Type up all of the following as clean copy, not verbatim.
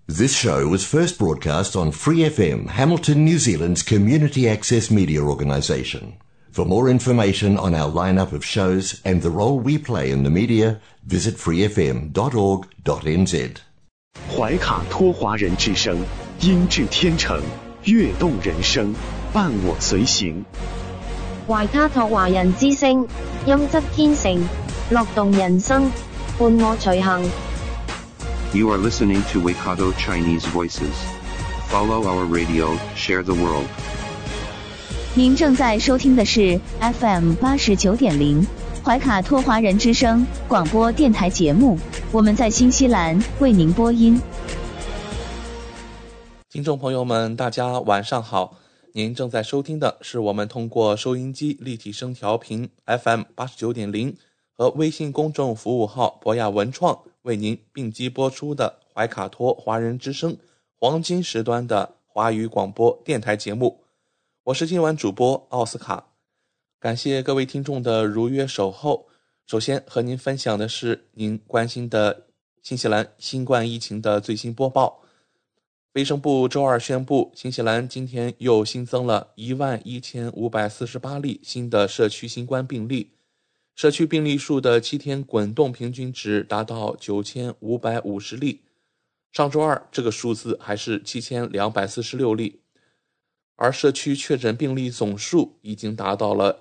This show was first broadcast on Free FM, Hamilton, New Zealand's community access media organisation. For more information on our lineup of shows and the role we play in the media, visit freefm.org.nz. 怀卡托华人之声，音质天成，悦动人生，伴我随行。 懷卡托華人之聲，音質天成，樂動人生，伴我隨行。 You are listening to Waikato Chinese Voices. Follow our radio, share the world. 您正在收听的是 FM 89.0怀卡托华人之声广播电台节目，我们在新西兰为您播音。 听众朋友们，大家晚上好，您正在收听的是我们通过收音机立体声调频 FM 89.0和微信公众服务号博雅文创为您并机播出的怀卡托华人之声黄金时段的华语广播电台节目。我是今晚主播奥斯卡，感谢各位听众的如约守候。首先和您分享的是您关心的新西兰新冠疫情的最新播报。卫生部周二宣布，新西兰今天又新增了11548例新的社区新冠病例，社区病例数的7天滚动平均值达到9550例。上周二这个数字还是7246例，而社区确诊病例总数已经达到了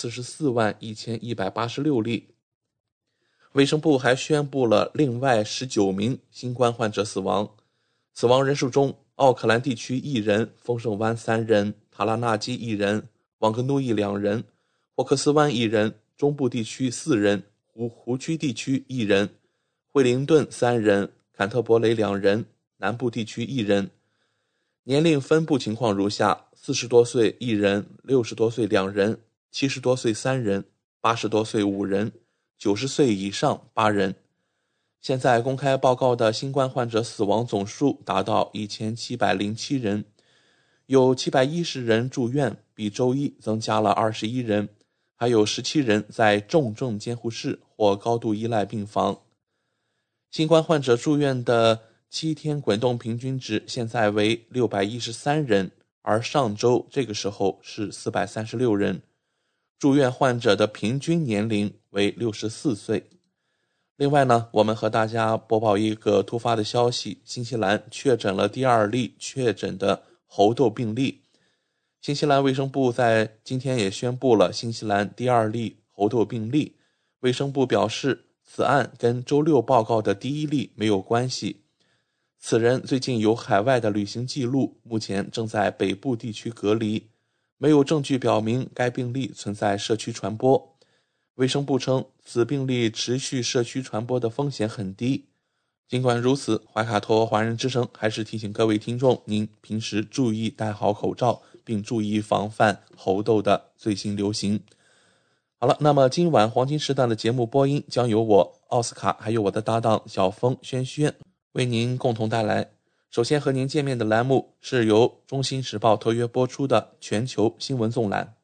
1441186例。卫生部还宣布了另外19名新冠患者死亡，死亡人数中，奥克兰地区1人，丰盛湾3人，塔拉纳基1人，旺格努伊2人，霍克斯湾1人，中部地区4人，湖区地区1人，惠灵顿3人，坎特伯雷2人，南部地区1人。年龄分布情况如下：40多岁1人，60多岁2人，70多岁3人，80多岁5人，90岁以上8人。现在公开报告的新冠患者死亡总数达到1707人，有710人住院，比周一增加了21人，还有17人在重症监护室或高度依赖病房。新冠患者住院的7天滚动平均值现在为613人，而上周这个时候是436人。住院患者的平均年龄为64岁。另外呢，我们和大家播报一个突发的消息，新西兰确诊了第2例确诊的猴痘病例。新西兰卫生部在今天也宣布了新西兰第2例猴痘病例。卫生部表示，此案跟周六报告的第1例没有关系。此人最近有海外的旅行记录，目前正在北部地区隔离，没有证据表明该病例存在社区传播。卫生部称，此病例持续社区传播的风险很低。尽管如此，怀卡托华人之声还是提醒各位听众，您平时注意戴好口罩，并注意防范猴痘的最新流行。好了，那么今晚黄金时段的节目播音将由我奥斯卡还有我的搭档小峰轩轩为您共同带来。首先和您见面的栏目是由中新时报特约播出的全球新闻纵览。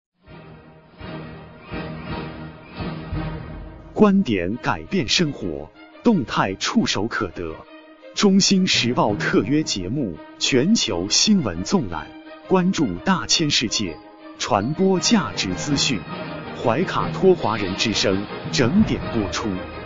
观点改变生活，动态触手可得。中新时报特约节目全球新闻纵览，关注大千世界，传播价值资讯。怀卡托华人之声整点播出。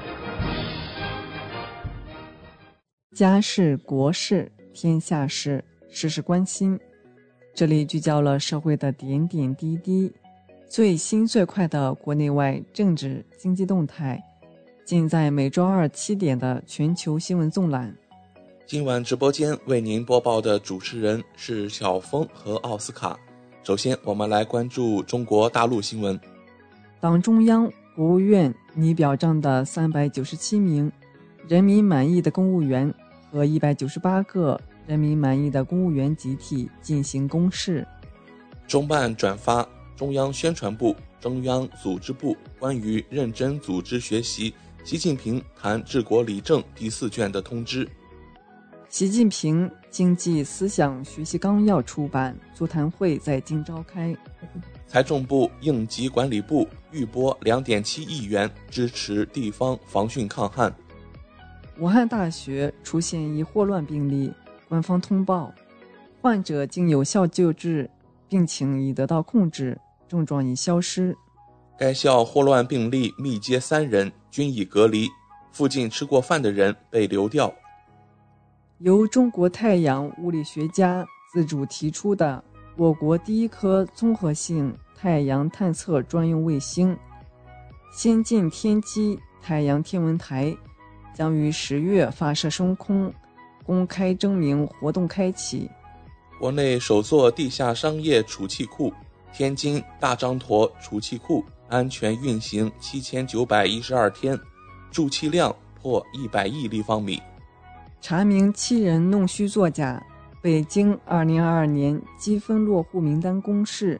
家事国事天下事，事事关心，这里聚焦了社会的点点滴滴，最新最快的国内外政治经济动态，尽在每周二7点的全球新闻纵览。 今晚直播间为您播报的主持人是小峰和奥斯卡。首先我们来关注中国大陆新闻。 党中央、国务院拟表彰的397名人民满意的公务员和198个人民满意的公务员集体进行公示。 中办转发中央宣传部、中央组织部关于认真组织学习习近平谈治国理政第4卷的通知。 习近平经济思想学习纲要出版，座谈会在京召开。 财政部、应急管理部预拨2.7亿元支持地方防汛抗旱。 武汉大学出现一霍乱病例，官方通报，患者经有效救治，病情已得到控制，症状已消失。 该校霍乱病例密接3人，均已隔离，附近吃过饭的人被流调。 由中国太阳物理学家自主提出的我国第一颗综合性太阳探测专用卫星先进天基太阳天文台将于10月发射升空，公开征名活动开启。 国内首座地下商业储气库天津大张坨储气库安全运行7912天，注气量破100亿立方米。 查明7人弄虚作假，北京2022年积分落户名单公示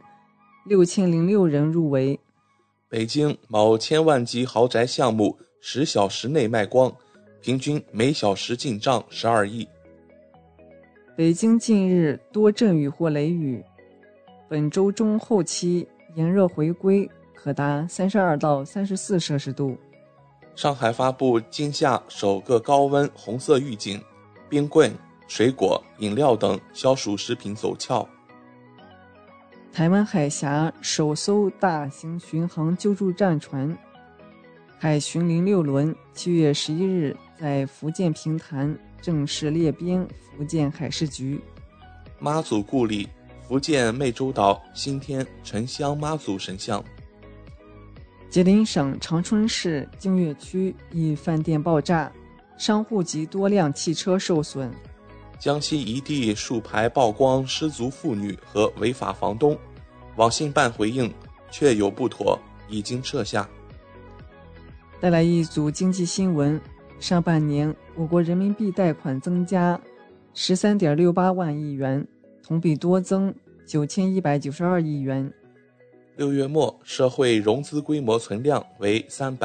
，6006人入围。 北京某千万级豪宅项目10小时内卖光，平均每小时进账12亿。 北京近日多阵雨或雷雨，本周中后期炎热回归，可达32到34摄氏度。 上海发布今夏首个高温红色预警，冰棍、水果、饮料等消暑食品走俏。 台湾海峡首艘大型巡航救助战船海巡06轮7月11日在福建平潭正式列编福建海事局。 妈祖故里，福建湄洲岛新添沉香妈祖神像。 吉林省长春市净月区一饭店爆炸，商户及多辆汽车受损。 江西一地数排曝光失足妇女和违法房东，网信办回应确有不妥，已经撤下。 带来一组经济新闻，上半年我国人民币贷款增加 13.68 万亿元，同比多增9192亿元。 6月末，社会融资规模存量为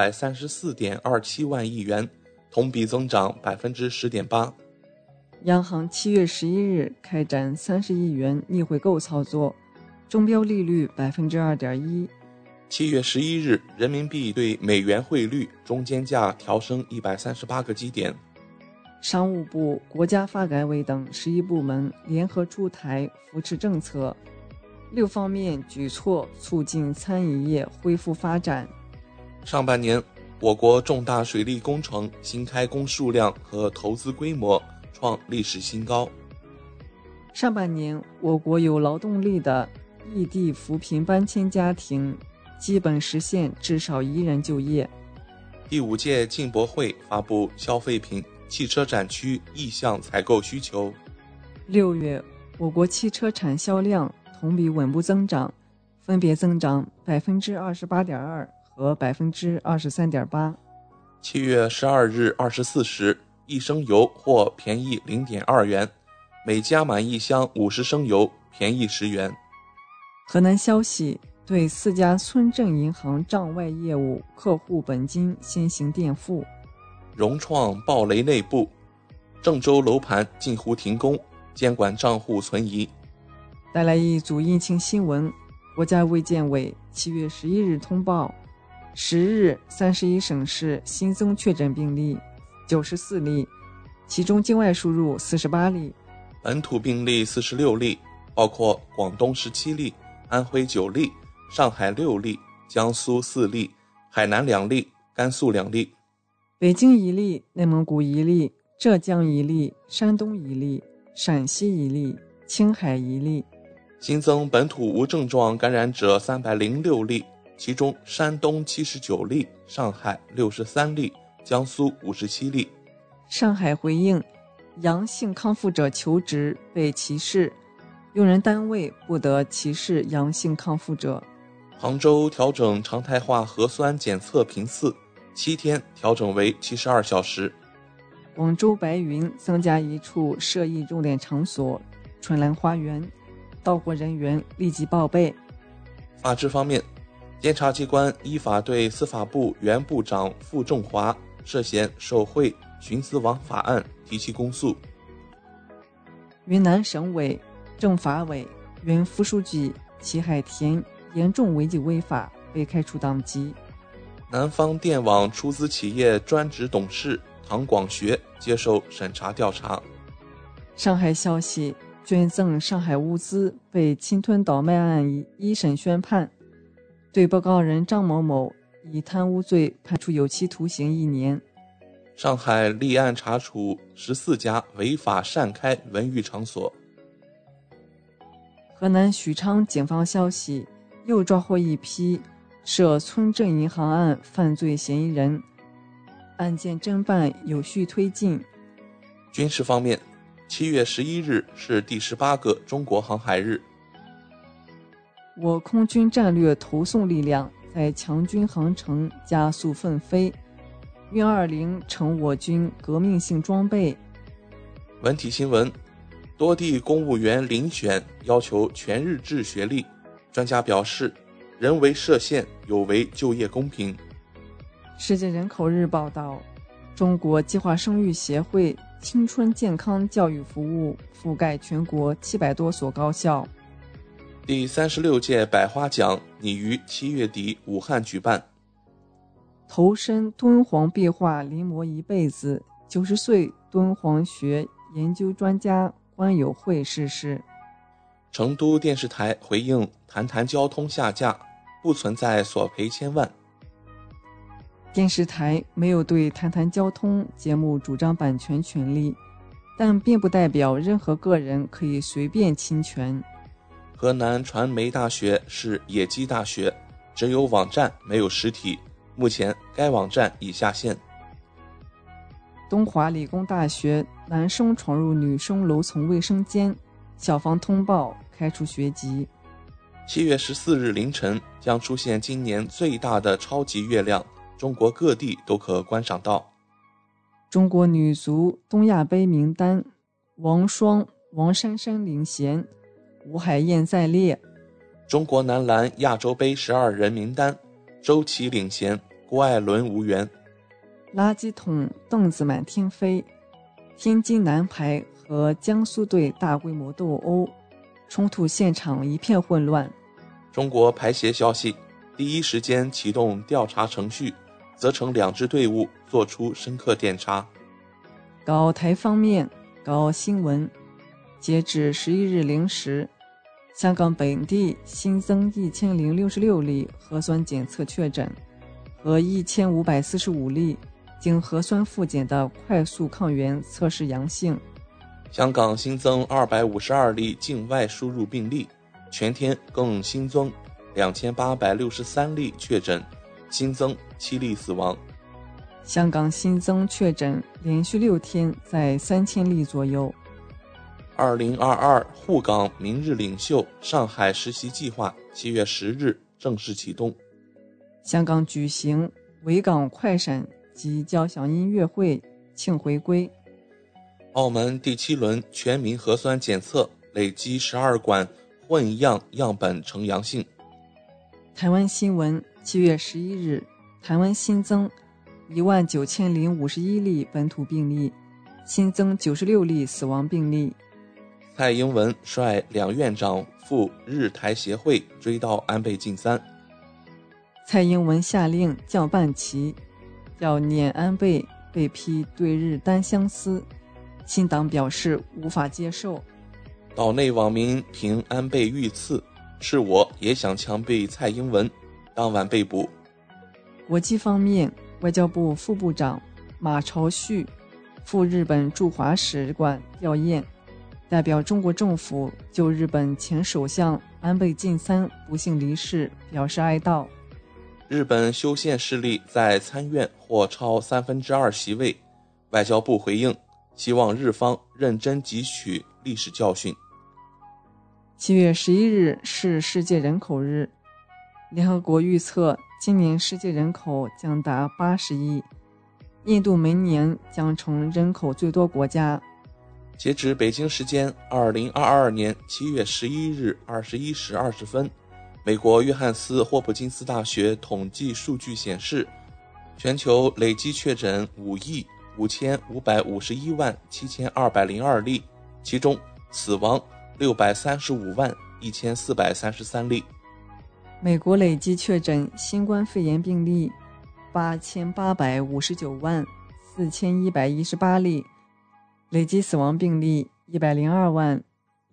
334.27 万亿元，同比增长 10.8%。 央行7月11日开展30亿元逆回购操作，中标利率 2.1%。 7月11日，人民币对美元汇率中间价调升138个基点。 商务部、国家发改委等11部门联合出台扶持政策，6方面举措促进餐饮业恢复发展。 上半年，我国重大水利工程新开工数量和投资规模创历史新高。 上半年，我国有劳动力的异地扶贫搬迁家庭基本实现至少1人就业。 第5届进博会发布消费品、汽车展区意向采购需求。 6月，我国汽车产销量同比稳步增长，分别增长 28.2% 和 23.8%。 7月12日24时，一升油或便宜 0.2 元，每加满1箱50升油便宜10元。 河南消息对4家村镇银行账外业务客户本金先行垫付。 融创暴雷内部，郑州楼盘近乎停工，监管账户存疑。 带来一组疫情新闻，国家卫健委7月11日通报，10日31省市新增确诊病例94例，其中境外输入48例， 本土病例46例，包括广东17例、安徽9例、上海6例、江苏4例、海南2例、甘肃2例。 北京1例，内蒙古1例，浙江1例，山东1例，陕西1例，青海1例。 新增本土无症状感染者306例，其中山东79例，上海63例，江苏57例。 上海回应阳性康复者求职被歧视，用人单位不得歧视阳性康复者。 杭州调整常态化核酸检测频次，7天调整为72小时。 广州白云增加一处涉疫重点场所春兰花园，到货人员立即报备。 法治方面，监察机关依法对司法部原部长傅政华涉嫌受贿徇私枉法案提起公诉。 云南省委、政法委原副书记齐海田严重违纪违法，被开除党籍。 南方电网出资企业专职董事唐广学接受审查调查。 上海消息，捐赠上海物资被侵吞倒卖案一审宣判，对被告人张某某以贪污罪判处有期徒刑1年。 上海立案查处14家违法擅开文娱场所。 河南许昌警方消息，又抓获一批涉村镇银行案犯罪嫌疑人，案件侦办有序推进。 军事方面，7月11日是第18个中国航海日。 我空军战略投送力量在强军航程加速奋飞，运20成我军革命性装备。 文体新闻，多地公务员遴选要求全日制学历，专家表示，人为设限有违就业公平。 世界人口日报道，中国计划生育协会青春健康教育服务覆盖全国700多所高校。 第36届百花奖拟于7月底武汉举办。 投身敦煌壁画临摹一辈子，90岁敦煌学研究专家关友会逝世。 成都电视台回应谈谈交通下架，不存在索赔千万。 电视台没有对谈谈交通节目主张版权权利，但并不代表任何个人可以随便侵权。 河南传媒大学是野鸡大学，只有网站没有实体，目前该网站已下线。 东华理工大学男生闯入女生楼层卫生间，校方通报开除学籍。 7月14日凌晨将出现今年最大的超级月亮，中国各地都可观赏到。 中国女足东亚杯名单，王霜、王珊珊领衔，吴海燕在列。 中国男篮亚洲杯12人名单，周琦领衔，郭艾伦无缘。 垃圾桶凳子满天飞，天津男排和江苏队大规模斗殴，冲突现场一片混乱。 中国排协消息，第一时间启动调查程序，责成2支队伍做出深刻调查。 港台方面，港澳新闻，截至11日0时，香港本地新增1066例核酸检测确诊和1545例经核酸复检的快速抗原测试阳性。 香港新增252例境外输入病例，全天更新增2863例确诊，新增7例死亡。 香港新增确诊连续6天在3000例左右。 2022沪港明日领袖上海实习计划7月10日正式启动。 香港举行维港快闪及交响音乐会庆回归。 澳门第7轮全民核酸检测累积12管混样样本呈阳性。 台湾新闻7月11日，台湾新增19051例本土病例，新增96例死亡病例。 蔡英文率2院长赴日台协会追悼安倍晋三。 蔡英文下令降半旗，悼念安倍被批对日单相思，新党表示无法接受。 岛内网民评安倍遇刺，是我也想枪毙蔡英文，当晚被捕。 国际方面，外交部副部长马朝旭赴日本驻华使馆吊唁，代表中国政府就日本前首相安倍晋三不幸离世表示哀悼。 日本修宪势力在参院或超2/3席位，外交部回应，希望日方认真汲取历史教训。 7月11日是世界人口日，联合国预测今年世界人口将达80亿，印度明年将成人口最多国家。 截止北京时间2022年7月11日21时20分，美国约翰斯霍普金斯大学统计数据显示，全球累计确诊555,551,7202例，其中死亡6351433例。 美国累计确诊新冠肺炎病例8859.4 4118例，累计死亡病例102万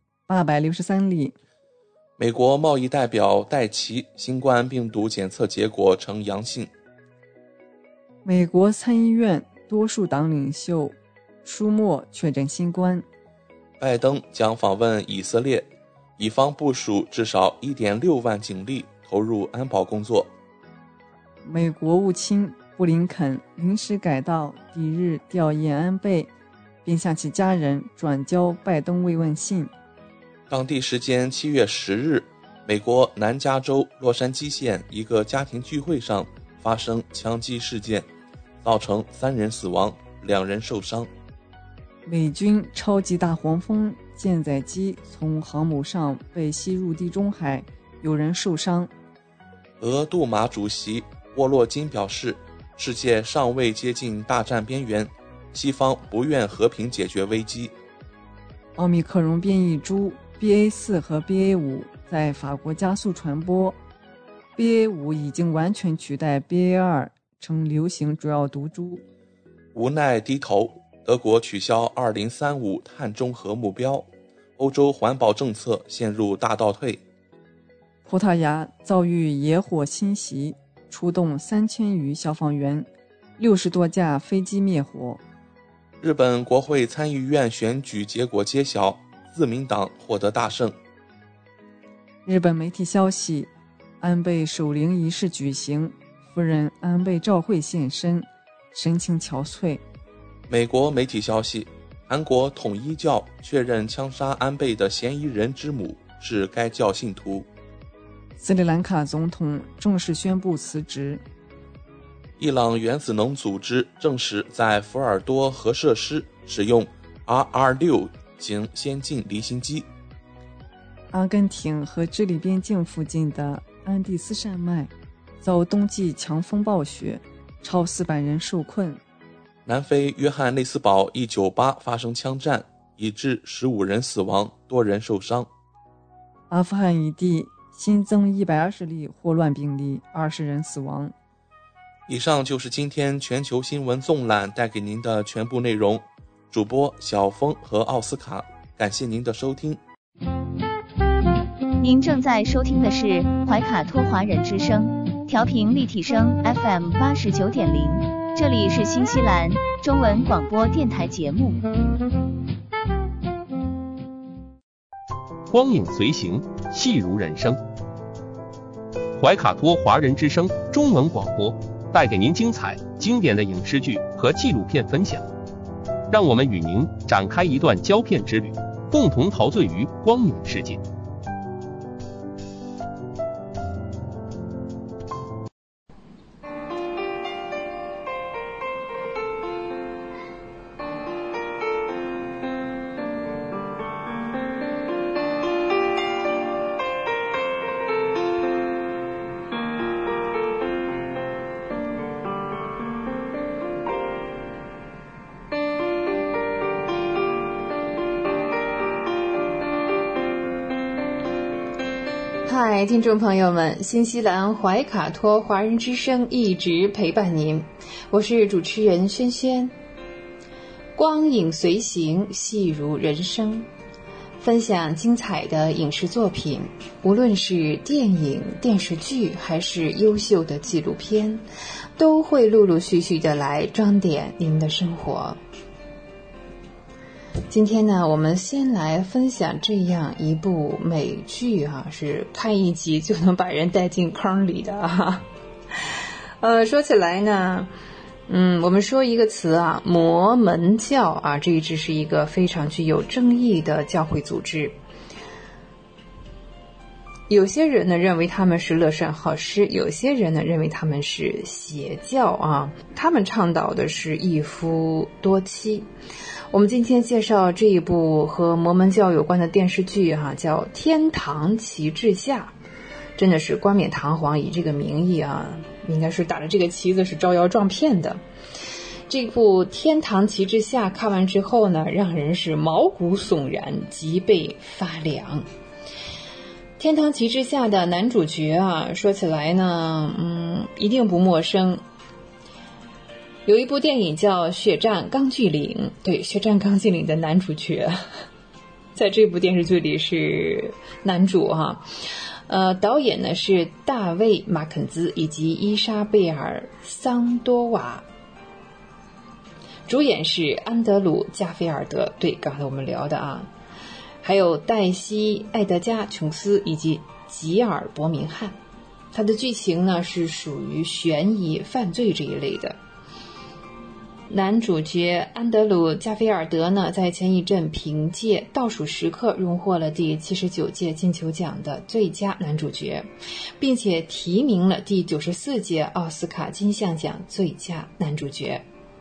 863例。 美国贸易代表戴奇新冠病毒检测结果呈阳性。 美国参议院多数党领袖舒默确诊新冠。 拜登将访问以色列，以方部署至少 1.6 万警力投入安保工作。 美国务卿布林肯临时改道抵日吊唁安倍，并向其家人转交拜登慰问信。 当地时间7月10日，美国南加州洛杉矶县一个家庭聚会上发生枪击事件，造成3人死亡，2人受伤。 美军超级大黄蜂舰载机从航母上被吸入地中海，有人受伤。 俄杜马主席沃洛金表示，世界尚未接近大战边缘，西方不愿和平解决危机。 奥密克戎变异株 BA4 和 BA5 在法国加速传播， BA5 已经完全取代 BA2 成流行主要毒株。 无奈低头，德国取消2035碳中和目标，欧洲环保政策陷入大倒退。 葡萄牙遭遇野火侵袭，出动3000余消防员，60多架飞机灭火。 日本国会参议院选举结果揭晓，自民党获得大胜。 日本媒体消息，安倍守灵仪式举行，夫人安倍昭惠现身，神情憔悴。 美国媒体消息，韩国统一教确认枪杀安倍的嫌疑人之母是该教信徒。 斯里兰卡总统正式宣布辞职。 伊朗原子能组织证实在福尔多核设施使用 RR-6 型先进离心机。 阿根廷和智利边境附近的安第斯山脉遭冬季强风暴雪，超400人受困。 南非约翰内斯堡一酒吧发生枪战，已致15人死亡，多人受伤。 阿富汗一地新增120例霍乱病例，20人死亡。 以上就是今天全球新闻纵览带给您的全部内容。主播小峰和奥斯卡，感谢您的收听。 您正在收听的是怀卡托华人之声，调频立体声 FM 89.0，这里是新西兰中文广播电台节目。 光影随行，戏如人生。怀卡托华人之声中文广播带给您精彩经典的影视剧和纪录片分享，让我们与您展开一段胶片之旅，共同陶醉于光影世界。 嗨，听众朋友们，新西兰怀卡托华人之声一直陪伴您，我是主持人轩轩。光影随行，戏如人生，分享精彩的影视作品，无论是电影、电视剧还是优秀的纪录片，都会陆陆续续的来装点您的生活。今天呢，我们先来分享这样一部美剧啊，是看一集就能把人带进坑里的啊。说起来呢，我们说一个词啊，摩门教啊，这一直是一个非常具有争议的教会组织。有些人呢认为他们是乐善好施，有些人呢认为他们是邪教啊。他们倡导的是一夫多妻。我们今天介绍这一部和摩门教有关的电视剧哈，叫《天堂旗帜下》，真的是冠冕堂皇，以这个名义啊，应该是打着这个旗子是招摇撞骗的。这部《天堂旗帜下》看完之后呢，让人是毛骨悚然，脊背发凉。天堂旗帜下的男主角啊，说起来呢，一定不陌生。 有一部电影叫《血战钢锯岭》，对，《血战钢锯岭》的男主角在这部电视剧里是男主哈。导演呢是大卫·马肯兹以及伊莎贝尔·桑多瓦，主演是安德鲁·加菲尔德，对，刚才我们聊的啊，还有黛西·艾德加·琼斯以及吉尔·伯明翰。它的剧情呢是属于悬疑犯罪这一类的。男主角安德鲁·加菲尔德呢，在前一阵凭借《倒数时刻》荣获了第79届金球奖的最佳男主角，并且提名了第94届奥斯卡金像奖最佳男主角。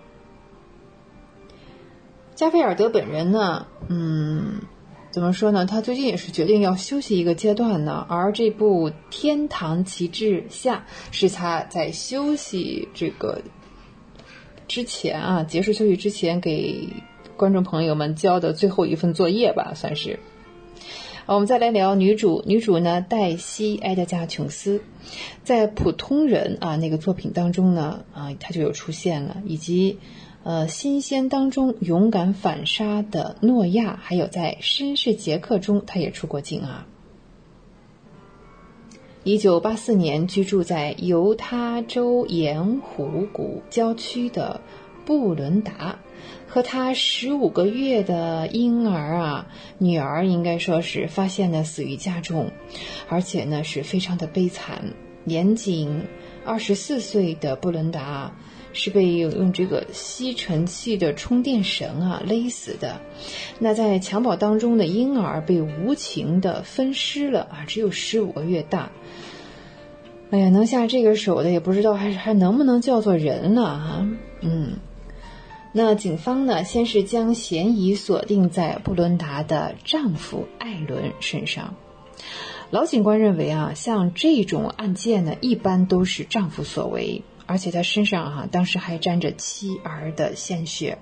加菲尔德本人呢，怎么说呢？他最近也是决定要休息一个阶段呢，而这部《天堂旗帜下》是他在休息这个之前啊，结束休息之前给观众朋友们交的最后一份作业吧，算是。我们再来聊女主呢，黛西·埃德加·琼斯，在《普通人》啊那个作品当中呢，她就有出现了，以及新鲜当中勇敢反杀的诺亚，还有在《绅士杰克》中她也出过镜啊。1984年居住在犹他州盐湖谷郊区的布伦达，和他15个月的婴儿女儿应该说是发现了死于家中，而且呢是非常的悲惨。年仅24岁的布伦达是被用这个吸尘器的充电绳勒死的。那在襁褓当中的婴儿被无情的分尸了只有15个月大。哎呀，能下这个手的也不知道还能不能叫做人了那警方呢，先是将嫌疑锁定在布伦达的丈夫艾伦身上。老警官认为像这种案件呢，一般都是丈夫所为，而且他身上当时还沾着妻儿的鲜血。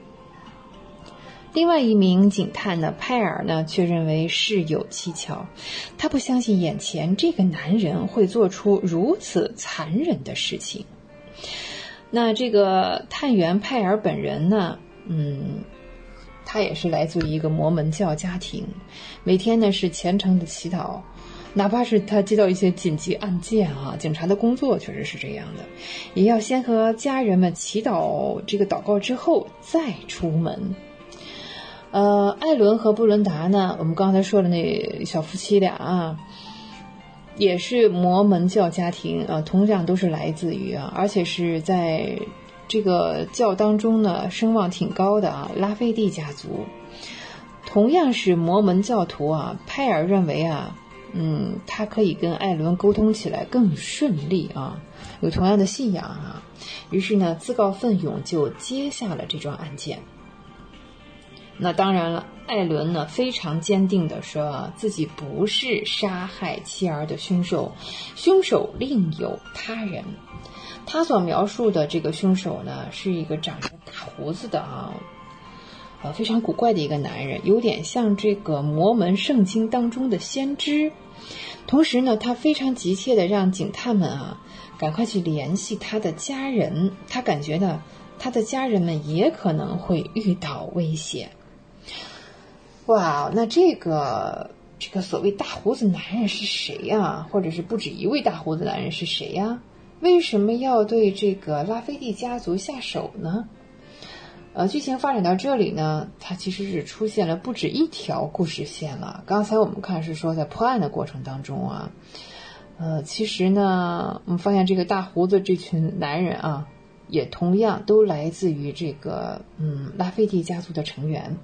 另外一名警探呢，派尔呢，却认为事有蹊跷，他不相信眼前这个男人会做出如此残忍的事情。那这个探员派尔本人呢，他也是来自于一个摩门教家庭，每天呢是虔诚的祈祷，哪怕是他接到一些紧急案件警察的工作确实是这样的，也要先和家人们祈祷这个祷告之后再出门。艾伦和布伦达呢，我们刚才说的那小夫妻俩也是摩门教家庭同样都是来自于而且是在这个教当中呢声望挺高的拉菲蒂家族。同样是摩门教徒派尔认为他可以跟艾伦沟通起来更顺利有同样的信仰于是呢自告奋勇就接下了这桩案件。那当然了，艾伦呢非常坚定地说自己不是杀害妻儿的凶手，凶手另有他人。他所描述的这个凶手呢，是一个长着大胡子的非常古怪的一个男人，有点像这个摩门圣经当中的先知。同时呢，他非常急切地让警探们赶快去联系他的家人，他感觉呢他的家人们也可能会遇到危险。哇，那这个所谓大胡子男人是谁呀？或者是不止一位大胡子男人是谁呀？为什么要对这个拉菲蒂家族下手呢？剧情发展到这里呢，它其实是出现了不止一条故事线了。刚才我们看是说在破案的过程当中其实呢，我们发现这个大胡子这群男人也同样都来自于这个拉菲蒂家族的成员。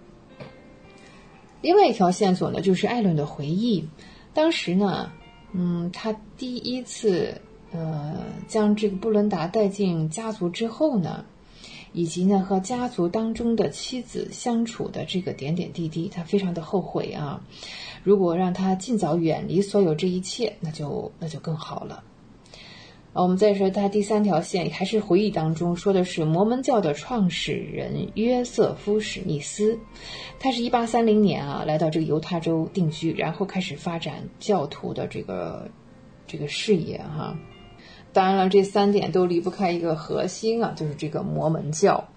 另外一条线索呢，就是艾伦的回忆。当时呢，他第一次将这个布伦达带进家族之后呢，以及呢和家族当中的妻子相处的这个点点滴滴，他非常的后悔如果让他尽早远离所有这一切，那就更好了。我们再说他第三条线，还是回忆当中说的是摩门教的创始人约瑟夫·史密斯。他是1830年来到这个犹他州定居，然后开始发展教徒的这个事业当然了，这3点都离不开一个核心啊，就是这个摩门教。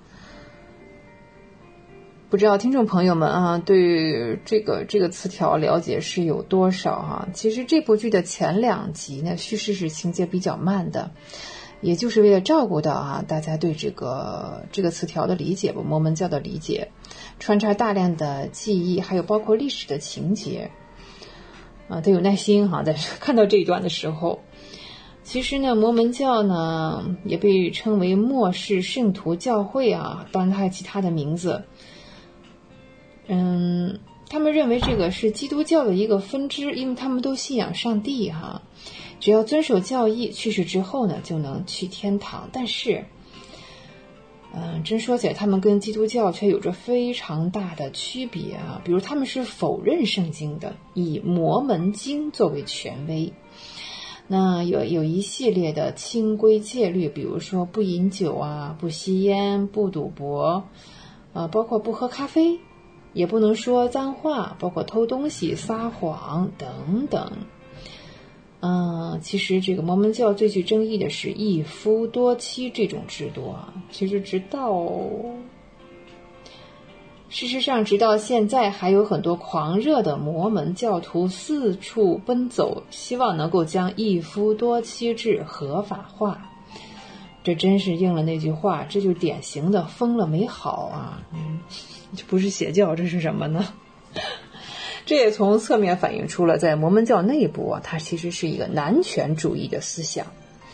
不知道听众朋友们啊，对这个词条了解是有多少啊？其实这部剧的前2集呢，叙事是情节比较慢的，也就是为了照顾到啊大家对这个词条的理解吧，摩门教的理解，穿插大量的记忆，还有包括历史的情节啊，得有耐心哈，在看到这一段的时候。其实呢，摩门教呢也被称为末世圣徒教会啊，当然还有其他的名字。他们认为这个是基督教的一个分支，因为他们都信仰上帝哈，只要遵守教义，去世之后呢就能去天堂。但是真说起来，他们跟基督教却有着非常大的区别啊。比如他们是否认圣经的，以摩门经作为权威。那有一系列的清规戒律，比如说不饮酒啊，不吸烟，不赌博，包括不喝咖啡，也不能说脏话，包括偷东西、撒谎等等。其实这个摩门教最具争议的是一夫多妻这种制度啊。其实事实上直到现在，还有很多狂热的摩门教徒四处奔走，希望能够将一夫多妻制合法化。这真是应了那句话，这就典型的疯了没好啊。这不是邪教，这是什么呢？这也从侧面反映出了在摩门教内部啊，它其实是一个男权主义的思想。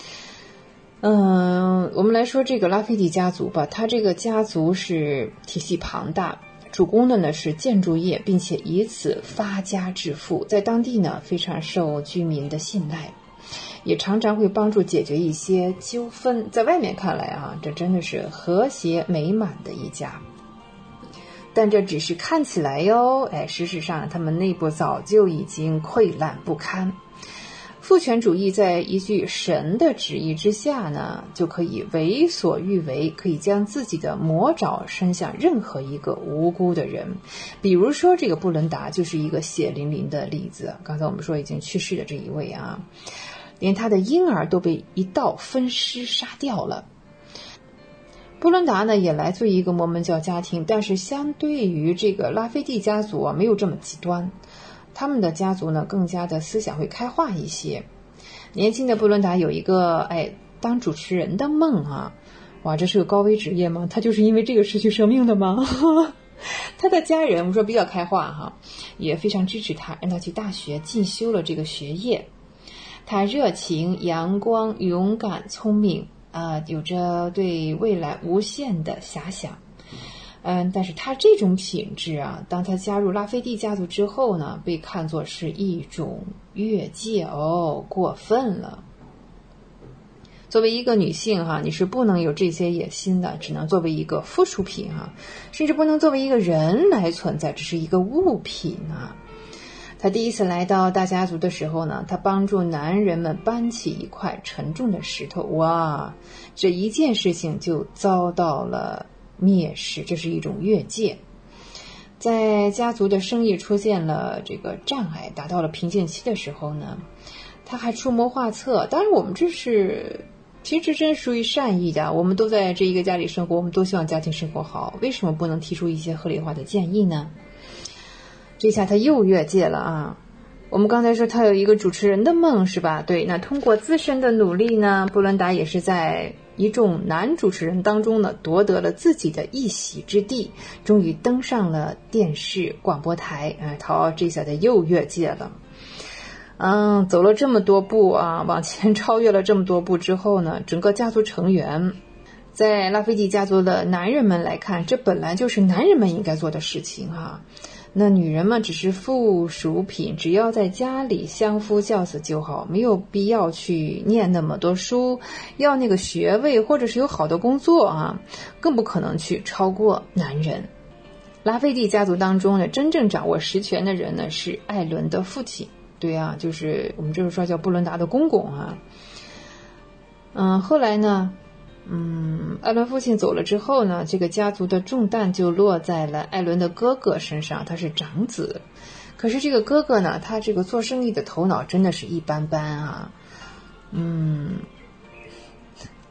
我们来说这个拉菲蒂家族吧，他这个家族是体系庞大，主攻的呢是建筑业，并且以此发家致富，在当地呢非常受居民的信赖，也常常会帮助解决一些纠纷。在外面看来啊，这真的是和谐美满的一家。但这只是看起来哟，事实上他们内部早就已经溃烂不堪。父权主义在一句神的旨意之下呢，就可以为所欲为，可以将自己的魔爪伸向任何一个无辜的人。比如说这个布伦达就是一个血淋淋的例子。刚才我们说已经去世的这一位啊，连他的婴儿都被一道分尸杀掉了。布伦达呢也来自于一个摩门教家庭，但是相对于这个拉菲蒂家族啊，没有这么极端。他们的家族呢更加的思想会开化一些。年轻的布伦达有一个当主持人的梦啊，哇，这是个高危职业吗？他就是因为这个失去生命的吗？他的家人我们说比较开化哈，也非常支持他，让他去大学进修了这个学业。他热情、阳光、勇敢、聪明有着对未来无限的遐想。但是他这种品质啊，当他加入拉菲蒂家族之后呢，被看作是一种越界过分了。作为一个女性哈，你是不能有这些野心的，只能作为一个附属品哈，甚至不能作为一个人来存在，只是一个物品啊。他第一次来到大家族的时候呢，他帮助男人们搬起一块沉重的石头，哇，这一件事情就遭到了蔑视，这是一种越界。在家族的生意出现了这个障碍，达到了瓶颈期的时候呢，他还出谋划策。当然我们其实真属于善意的，我们都在这一个家里生活，我们都希望家庭生活好，为什么不能提出一些合理化的建议呢？这下他又越界了啊。我们刚才说他有一个主持人的梦是吧？对，那通过自身的努力呢，布伦达也是在一众男主持人当中呢夺得了自己的一席之地，终于登上了电视广播台。这下他又越界了。走了这么多步啊，往前超越了这么多步之后呢，整个家族成员在拉菲蒂家族的男人们来看，这本来就是男人们应该做的事情啊。那女人们只是附属品，只要在家里相夫教子就好，没有必要去念那么多书，要那个学位或者是有好的工作啊，更不可能去超过男人。拉菲蒂家族当中呢，真正掌握实权的人呢是艾伦的父亲，对啊，就是我们这时候说叫布伦达的公公啊。后来呢艾伦父亲走了之后呢，这个家族的重担就落在了艾伦的哥哥身上，他是长子。可是这个哥哥呢，他这个做生意的头脑真的是一般般啊。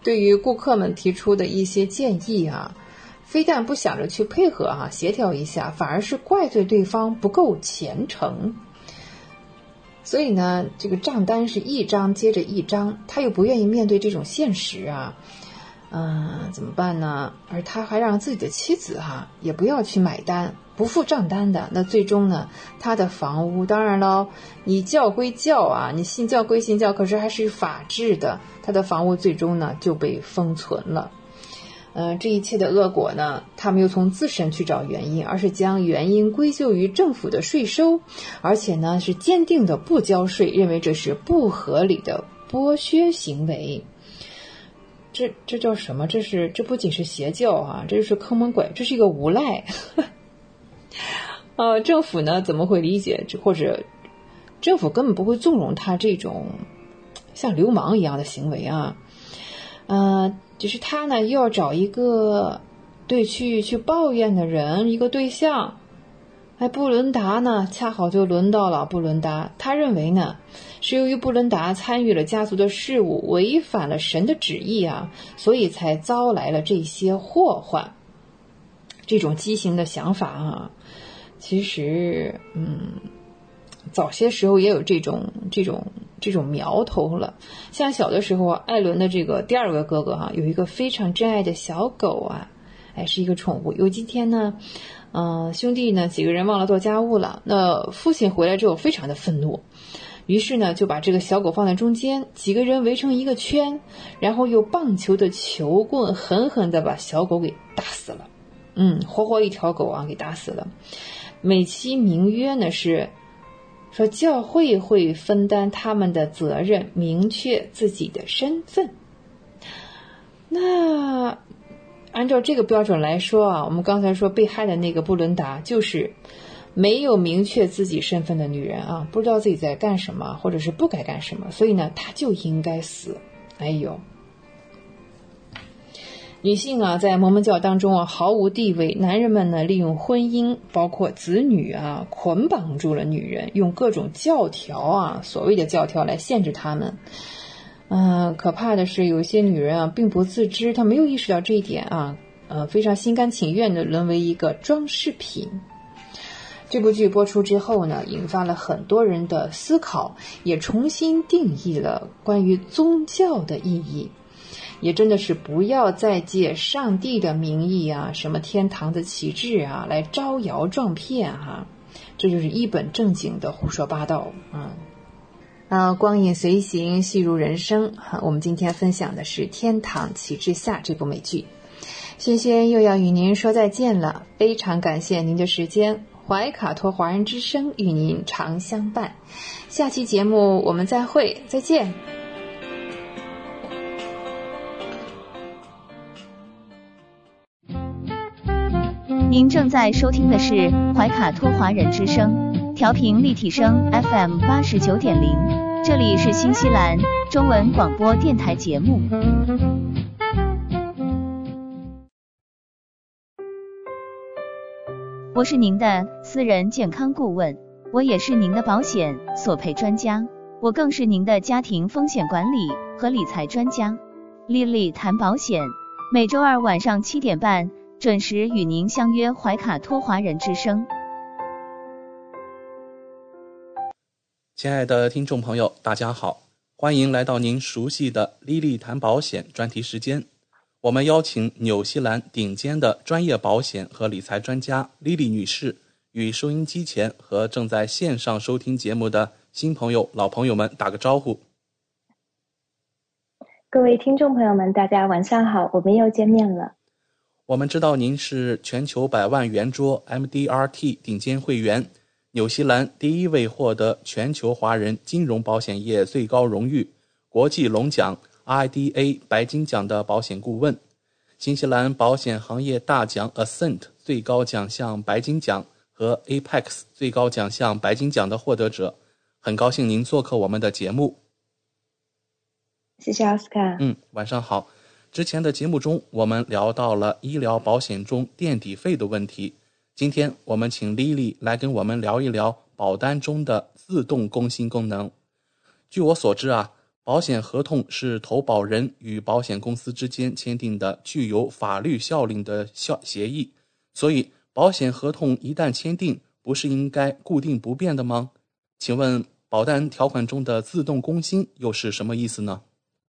对于顾客们提出的一些建议啊，非但不想着去配合啊，协调一下，反而是怪罪对方不够虔诚。所以呢，这个账单是一张接着一张，他又不愿意面对这种现实啊，怎么办呢？而他还让自己的妻子也不要去买单，不付账单的。那最终呢，他的房屋，当然了，你教归教啊，你信教归信教，可是还是法治的，他的房屋最终呢就被封存了。这一切的恶果呢，他们又从自身去找原因，而是将原因归咎于政府的税收，而且呢是坚定的不交税，认为这是不合理的剥削行为。这叫什么？这不仅是邪教啊，这就是坑蒙拐，这是一个无赖。政府呢怎么会理解，或者政府根本不会纵容他这种像流氓一样的行为啊。只是他呢又要找一个去抱怨的人，一个对象。布伦达呢恰好就轮到了布伦达，他认为呢是由于布伦达参与了家族的事务，违反了神的旨意啊，所以才遭来了这些祸患。这种畸形的想法啊，其实早些时候也有这种苗头了。像小的时候艾伦的这个第二个哥哥有一个非常珍爱的小狗啊，是一个宠物。有几天呢兄弟呢几个人忘了做家务了，那父亲回来之后非常的愤怒，于是呢就把这个小狗放在中间，几个人围成一个圈，然后用棒球的球棍狠狠地把小狗给打死了。活活一条狗给打死了。美其名曰呢是说教会会分担他们的责任，明确自己的身份。那按照这个标准来说我们刚才说被害的那个布伦达就是没有明确自己身份的女人不知道自己在干什么，或者是不该干什么，所以呢她就应该死。女性在摩门教当中毫无地位，男人们呢利用婚姻包括子女捆绑住了女人，用各种教条所谓的教条来限制她们。可怕的是有一些女人并不自知，她没有意识到这一点非常心甘情愿的沦为一个装饰品。这部剧播出之后呢，引发了很多人的思考，也重新定义了关于宗教的意义。也真的是不要再借上帝的名义什么天堂的旗帜来招摇撞骗这就是一本正经的胡说八道光影随行，戏如人生我们今天分享的是《天堂旗帜下》这部美剧。轩轩又要与您说再见了，非常感谢您的时间，怀卡托华人之声与您常相伴。下期节目我们再会，再见。 您正在收听的是怀卡托华人之声，调频立体声 FM 89.0，这里是新西兰中文广播电台节目。我是您的私人健康顾问，我也是您的保险索赔专家，我更是您的家庭风险管理和理财专家。丽丽谈保险，每周二晚上7点半准时与您相约怀卡托华人之声。 亲爱的听众朋友，大家好，欢迎来到您熟悉的莉莉谈保险专题时间。我们邀请纽西兰顶尖的专业保险和理财专家莉莉女士与收音机前和正在线上收听节目的新朋友老朋友们打个招呼。 各位听众朋友们，大家晚上好，我们又见面了。 我们知道您是全球100万圆桌 MDRT 顶尖会员，纽西兰第一位获得全球华人金融保险业最高荣誉国际龙奖 IDA 白金奖的保险顾问，新西兰保险行业大奖 Ascent 最高奖项白金奖和 Apex 最高奖项白金奖的获得者。很高兴您做客我们的节目。 谢谢奥斯卡。 晚上好。之前的节目中我们聊到了医疗保险中垫底费的问题，今天我们请 Lily 来跟我们聊一聊保单中的自动更新功能。据我所知保险合同是投保人与保险公司之间签订的具有法律效力的协议，所以保险合同一旦签订，不是应该固定不变的吗？请问保单条款中的自动更新又是什么意思呢？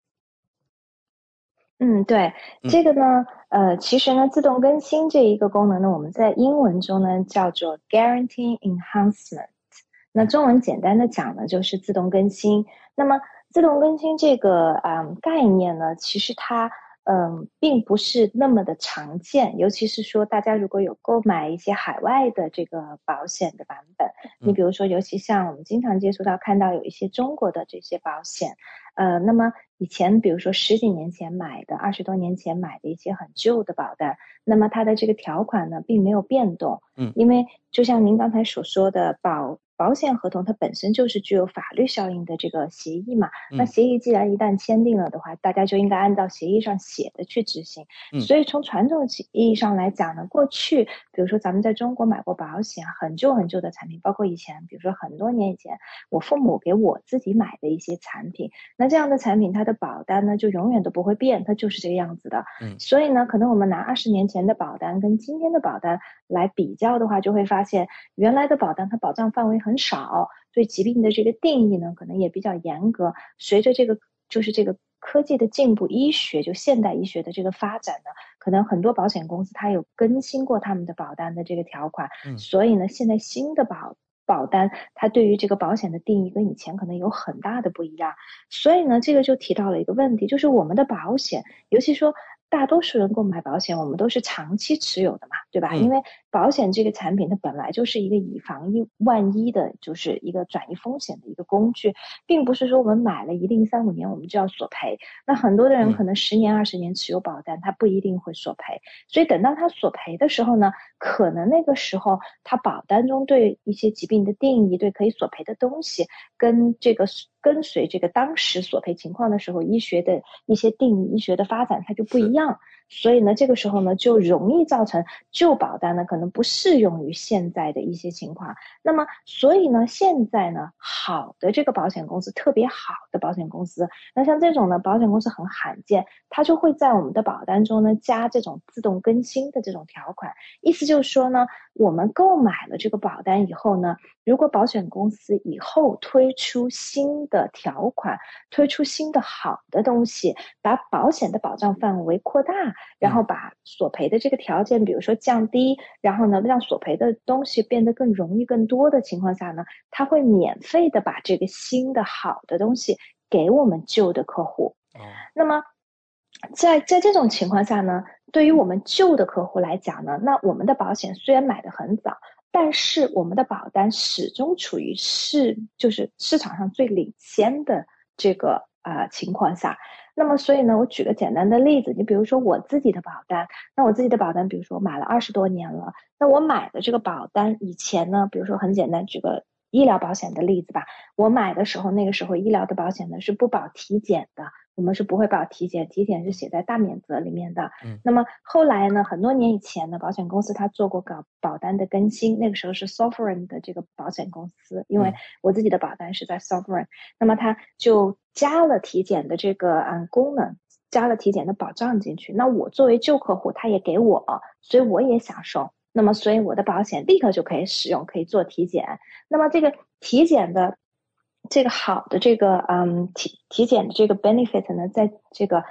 对，这个呢，其实呢，自动更新这一个功能呢，我们在英文中呢叫做 Guarantee Enhancement。那中文简单的讲呢，就是自动更新。那么自动更新这个概念呢，其实它并不是那么的常见，尤其是说大家如果有购买一些海外的这个保险的版本，你比如说，尤其像我们经常接触到看到有一些中国的这些保险，那么以前比如说10几年前买的，20多年前买的一些很旧的保单，那么它的这个条款呢并没有变动，因为就像您刚才所说的保险合同它本身就是具有法律效应的这个协议嘛，那协议既然一旦签订了的话，大家就应该按照协议上写的去执行。所以从传统意义上来讲呢，过去比如说咱们在中国买过保险，很旧很旧的产品，包括以前比如说很多年以前我父母给我自己买的一些产品，那这样的产品它的保单呢就永远都不会变，它就是这个样子的。所以呢，可能我们拿20年前的保单跟今天的保单来比较的话，就会发现原来的保单它保障范围很少，对疾病的这个定义呢可能也比较严格。随着这个科技的进步，医学就现代医学的这个发展呢，可能很多保险公司它有更新过他们的保单的这个条款，所以呢现在新的保单它对于这个保险的定义跟以前可能有很大的不一样。所以呢这个就提到了一个问题，就是我们的保险，尤其说大多数人购买保险我们都是长期持有的嘛，对吧？因为保险这个产品它本来就是一个以防万一的，就是一个转移风险的一个工具，并不是说我们买了1035年我们就要索赔。那很多的人可能10年20年持有保单，他不一定会索赔，所以等到他索赔的时候呢，可能那个时候他保单中对一些疾病的定义，对可以索赔的东西跟随这个当时索赔情况的时候医学的一些定义，医学的发展它就不一样。所以呢这个时候呢就容易造成旧保单呢可能不适用于现在的一些情况。那么所以呢现在呢好的这个保险公司，特别好的保险公司，那像这种呢保险公司很罕见，它就会在我们的保单中呢加这种自动更新的这种条款。意思就是说呢，我们购买了这个保单以后呢，如果保险公司以后推出新的条款，推出新的好的东西，把保险的保障范围扩大，然后把索赔的这个条件比如说降低，然后呢让索赔的东西变得更容易更多的情况下呢，它会免费的把这个新的好的东西给我们旧的客户。那么在这种情况下呢，对于我们旧的客户来讲呢，那我们的保险虽然买得很早，但是我们的保单始终处于就是市场上最领先的这个情况下。那么所以呢，我举个简单的例子，你比如说我自己的保单，那我自己的保单比如说我买了20多年了，那我买的这个保单以前呢，比如说很简单举个医疗保险的例子吧，我买的时候那个时候医疗的保险呢是不保体检的，我们是不会保体检，体检是写在大免责里面的。那么后来呢，很多年以前呢，保险公司它做过保单的更新，那个时候是 Sovereign 的这个保险公司，因为我自己的保单是在 Sovereign， 那么它就加了体检的这个功能，加了体检的保障进去。那我作为旧客户，他也给我，所以我也享受。那么所以我的保险立刻就可以使用，可以做体检。那么这个体检的这个好的这个体检的这个 benefit 呢，在这个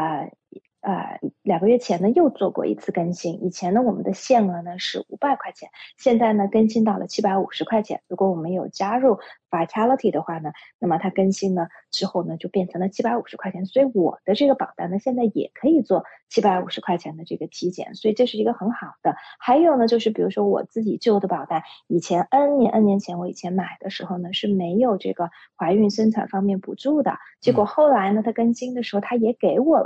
2个月前呢又做过一次更新。以前呢我们的限额呢是500块钱，现在呢更新到了750块钱。如果我们有加入 Vitality 的话呢，那么它更新呢之后呢就变成了750块钱，所以我的这个保单呢现在也可以做750块钱的这个体检，所以这是一个很好的。还有呢就是比如说我自己旧的保单，以前 N 年前我以前买的时候呢是没有这个怀孕生产方面补助的，结果后来呢它更新的时候它也给我了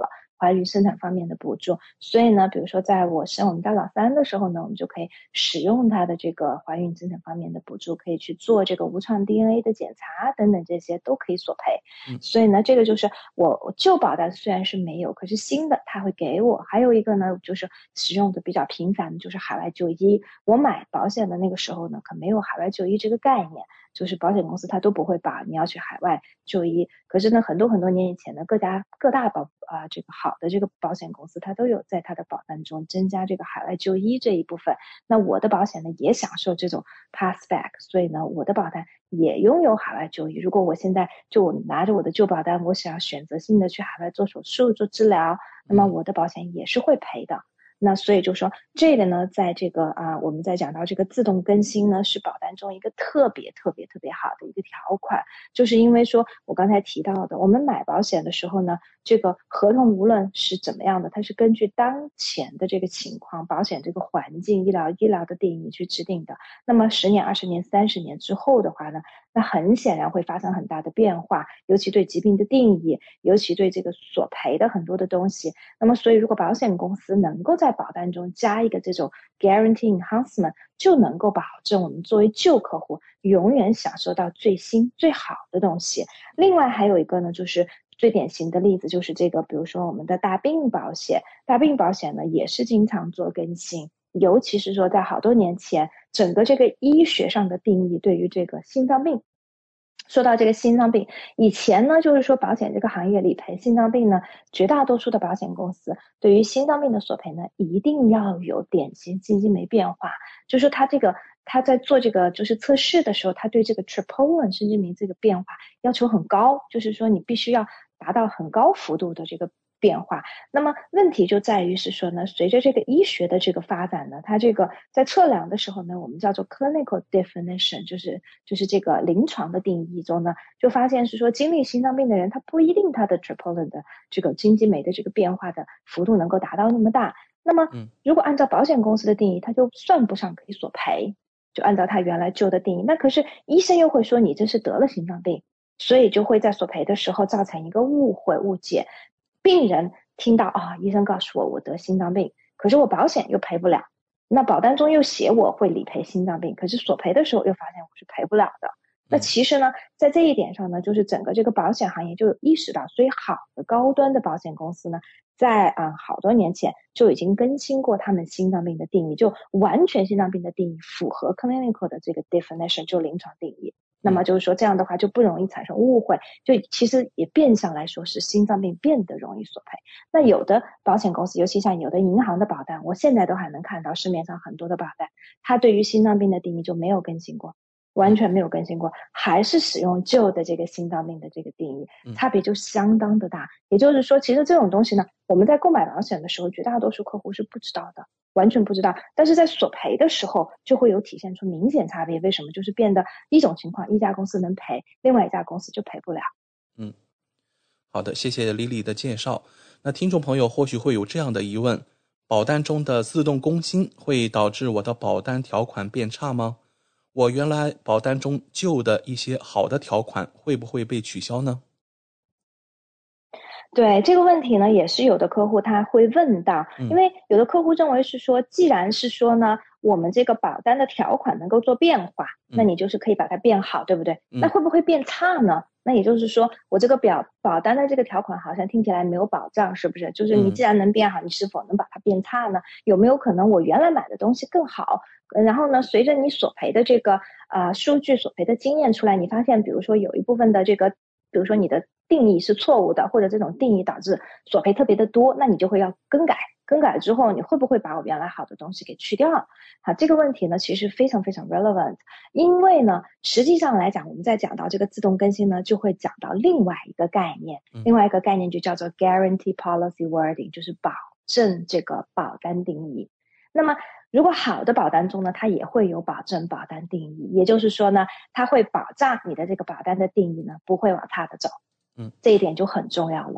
怀孕生产方面的补助。所以呢，比如说在我生我们家老三的时候呢，我们就可以使用它的这个怀孕生产方面的补助，可以去做这个无创 DNA 的检查等等，这些都可以索赔。所以呢，这个就是我旧保单虽然是没有，可是新的它会给我。还有一个呢，就是使用的比较频繁的就是海外就医。我买保险的那个时候呢，可没有海外就医这个概念，就是保险公司它都不会把你要去海外就医。可是呢，很多年以前呢，各大这个好的这个保险公司，它都有在它的保单中增加这个海外就医这一部分。那我的保险呢也享受这种 passback， 所以呢，我的保单也拥有海外就医。如果我现在就我拿着我的旧保单，我想要选择性的去海外做手术做治疗，那么我的保险也是会赔的。那所以就说这个呢，在这个我们在讲到这个自动更新呢，是保单中一个特别好的一个条款，就是因为说我刚才提到的，我们买保险的时候呢，这个合同无论是怎么样的，它是根据当前的这个情况、保险这个环境、医疗的定义去制定的。那么10年、20年、30年之后的话呢，那很显然会发生很大的变化，尤其对疾病的定义，尤其对这个索赔的很多的东西。那么所以如果保险公司能够在保单中加一个这种 guarantee enhancement， 就能够保证我们作为旧客户永远享受到最新最好的东西。另外还有一个呢，就是最典型的例子就是这个，比如说我们的大病保险呢也是经常做更新，尤其是说在好多年前，整个这个医学上的定义对于这个心脏病。说到这个心脏病，以前呢，就是说保险这个行业理赔心脏病呢，绝大多数的保险公司对于心脏病的索赔呢，一定要有典型基金酶变化，就是说他在做这个就是测试的时候，他对这个 troponin 生殖酶这个变化要求很高，就是说你必须要达到很高幅度的这个变化。那么问题就在于是说呢，随着这个医学的这个发展呢，它这个在测量的时候呢，我们叫做 clinical definition， 就是这个临床的定义中呢，就发现是说经历心脏病的人，他不一定他的 troponin 的这个经基酶的这个变化的幅度能够达到那么大。那么如果按照保险公司的定义，它就算不上可以索赔，就按照他原来旧的定义。那可是医生又会说你这是得了心脏病，所以就会在索赔的时候造成一个误解。病人听到医生告诉我得心脏病，可是我保险又赔不了，那保单中又写我会理赔心脏病，可是索赔的时候又发现我是赔不了的。那其实呢，在这一点上呢，就是整个这个保险行业就意识到，所以好的高端的保险公司呢，在好多年前就已经更新过他们心脏病的定义，就完全心脏病的定义符合 clinical 的这个 definition， 就临床定义。那么就是说这样的话就不容易产生误会，就其实也变相来说是心脏病变得容易索赔。那有的保险公司，尤其像有的银行的保单，我现在都还能看到市面上很多的保单，它对于心脏病的定义就没有更新过，完全没有更新过，还是使用旧的这个心脏病的这个定义，差别就相当的大。也就是说其实这种东西呢，我们在购买保险的时候绝大多数客户是不知道的，完全不知道，但是在索赔的时候就会有体现出明显差别。为什么？就是变得一种情况一家公司能赔，另外一家公司就赔不了。 好的，谢谢 Lily 的介绍。那听众朋友或许会有这样的疑问，保单中的自动更新会导致我的保单条款变差吗？我原来保单中旧的一些好的条款会不会被取消呢？ 对这个问题呢，也是有的客户他会问到，因为有的客户认为是说，既然是说呢，我们这个保单的条款能够做变化，那你就是可以把它变好，对不对？那会不会变差呢？那也就是说，我这个保单的这个条款好像听起来没有保障，是不是？就是你既然能变好，你是否能把它变差呢？有没有可能我原来买的东西更好？然后呢，随着你索赔的这个数据、索赔的经验出来，你发现比如说有一部分的这个，比如说你的定义是错误的，或者这种定义导致索赔特别的多，那你就会要更改之后，你会不会把我原来好的东西给去掉？这个问题呢其实非常非常 relevant， 因为呢实际上来讲，我们在讲到这个自动更新呢，就会讲到另外一个概念，另外一个概念就叫做 guarantee policy wording， 就是保证这个保单定义。那么如果好的保单中呢，它也会有保证保单定义，也就是说呢，它会保障你的这个保单的定义呢不会往差的走，这一点就很重要了。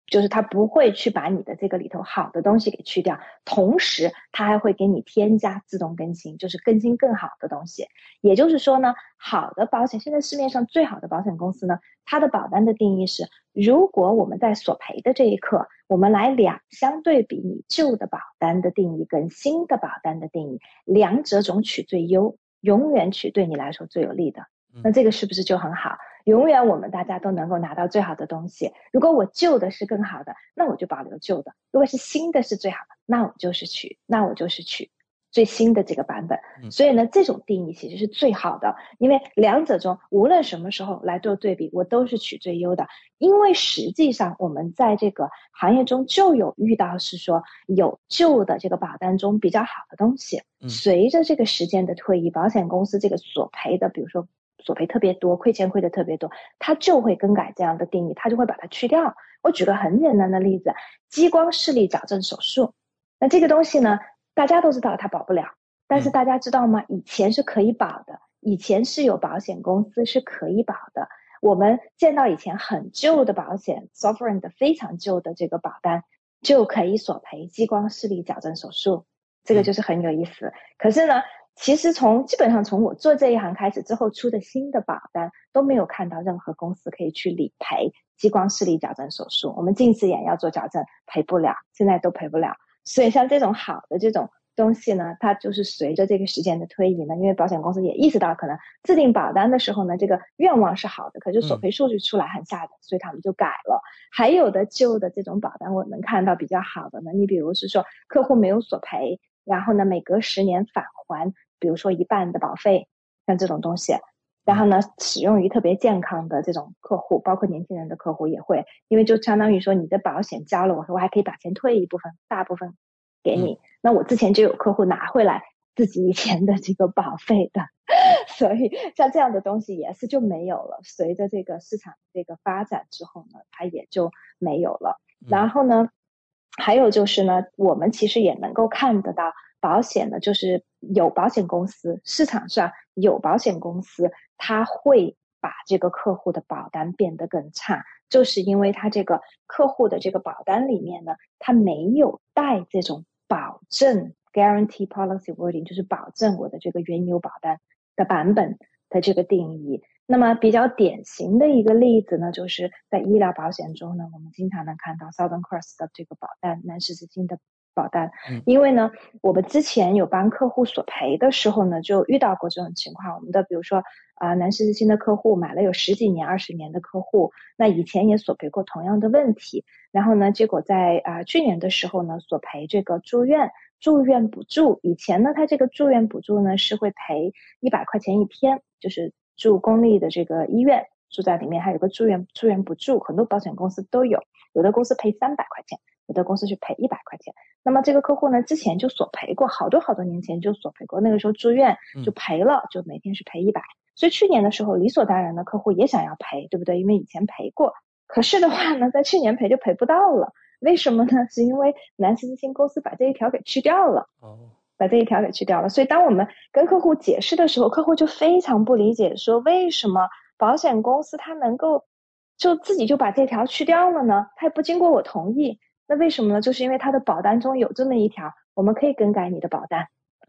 就是它不会去把你的这个里头好的东西给去掉，同时它还会给你添加自动更新，就是更新更好的东西。也就是说呢，好的保险，现在市面上最好的保险公司呢，它的保单的定义是，如果我们在索赔的这一刻，我们来两相对比你旧的保单的定义跟新的保单的定义，两者总取最优，永远取对你来说最有利的。那这个是不是就很好？永远我们大家都能够拿到最好的东西。如果我旧的是更好的，那我就保留旧的；如果是新的是最好的，那我就是取最新的这个版本。所以呢，这种定义其实是最好的，因为两者中无论什么时候来做对比，我都是取最优的。因为实际上我们在这个行业中就有遇到是说，有旧的这个保单中比较好的东西，随着这个时间的推移，保险公司这个索赔的，比如说索赔特别多，亏钱亏的特别多，它就会更改这样的定义，它就会把它去掉。我举个很简单的例子，激光视力矫正手术，那这个东西呢，大家都知道它保不了，但是大家知道吗？以前是可以保的，以前是有保险公司是可以保的。我们见到以前很旧的保险 Sovereign 的非常旧的这个保单就可以索赔激光视力矫正手术，这个就是很有意思。可是呢，其实基本上从我做这一行开始之后出的新的保单都没有看到任何公司可以去理赔激光视力矫正手术。我们近视眼要做矫正赔不了，现在都赔不了。所以像这种好的这种东西呢，它就是随着这个时间的推移呢，因为保险公司也意识到可能制定保单的时候呢，这个愿望是好的，可是索赔数据出来很吓人，所以他们就改了。还有的旧的这种保单我们看到比较好的呢，你比如是说客户没有索赔，然后呢每隔10年返还比如说1半的保费，像这种东西，然后呢使用于特别健康的这种客户，包括年轻人的客户也会，因为就相当于说你的保险交了我还可以把钱退一部分大部分给你，那我之前就有客户拿回来自己以前的这个保费的所以像这样的东西也是就没有了，随着这个市场这个发展之后呢，它也就没有了。然后呢还有就是呢，我们其实也能够看得到保险呢，就是有保险公司，市场上有保险公司它会把这个客户的保单变得更差，就是因为它这个客户的这个保单里面呢，它没有带这种保证 guarantee policy wording， 就是保证我的这个原有保单的版本的这个定义。那么比较典型的一个例子呢，就是在医疗保险中呢，我们经常能看到 Southern Cross 的这个保单，南十字星的保单。因为呢我们之前有帮客户索赔的时候呢，就遇到过这种情况。我们的比如说南十字星的客户买了有10几年20年的客户，那以前也索赔过同样的问题，然后呢结果在去年的时候呢索赔这个住院补助。以前呢他这个住院补助呢是会赔100块钱一天，就是住公立的这个医院，住在里面还有个住院补助，很多保险公司都有，有的公司赔300块钱，有的公司是赔100块钱。那么这个客户呢之前就索赔过，好多年前就索赔过，那个时候住院就赔了，就每天是赔100。所以去年的时候理所当然的客户也想要赔，对不对？因为以前赔过，可是的话呢在去年赔就赔不到了。为什么呢？是因为南十字星公司把这一条给去掉了。所以当我们跟客户解释的时候，客户就非常不理解，说为什么保险公司它能够就自己就把这条去掉了呢？它也不经过我同意。那为什么呢？就是因为它的保单中有这么一条，我们可以更改你的保单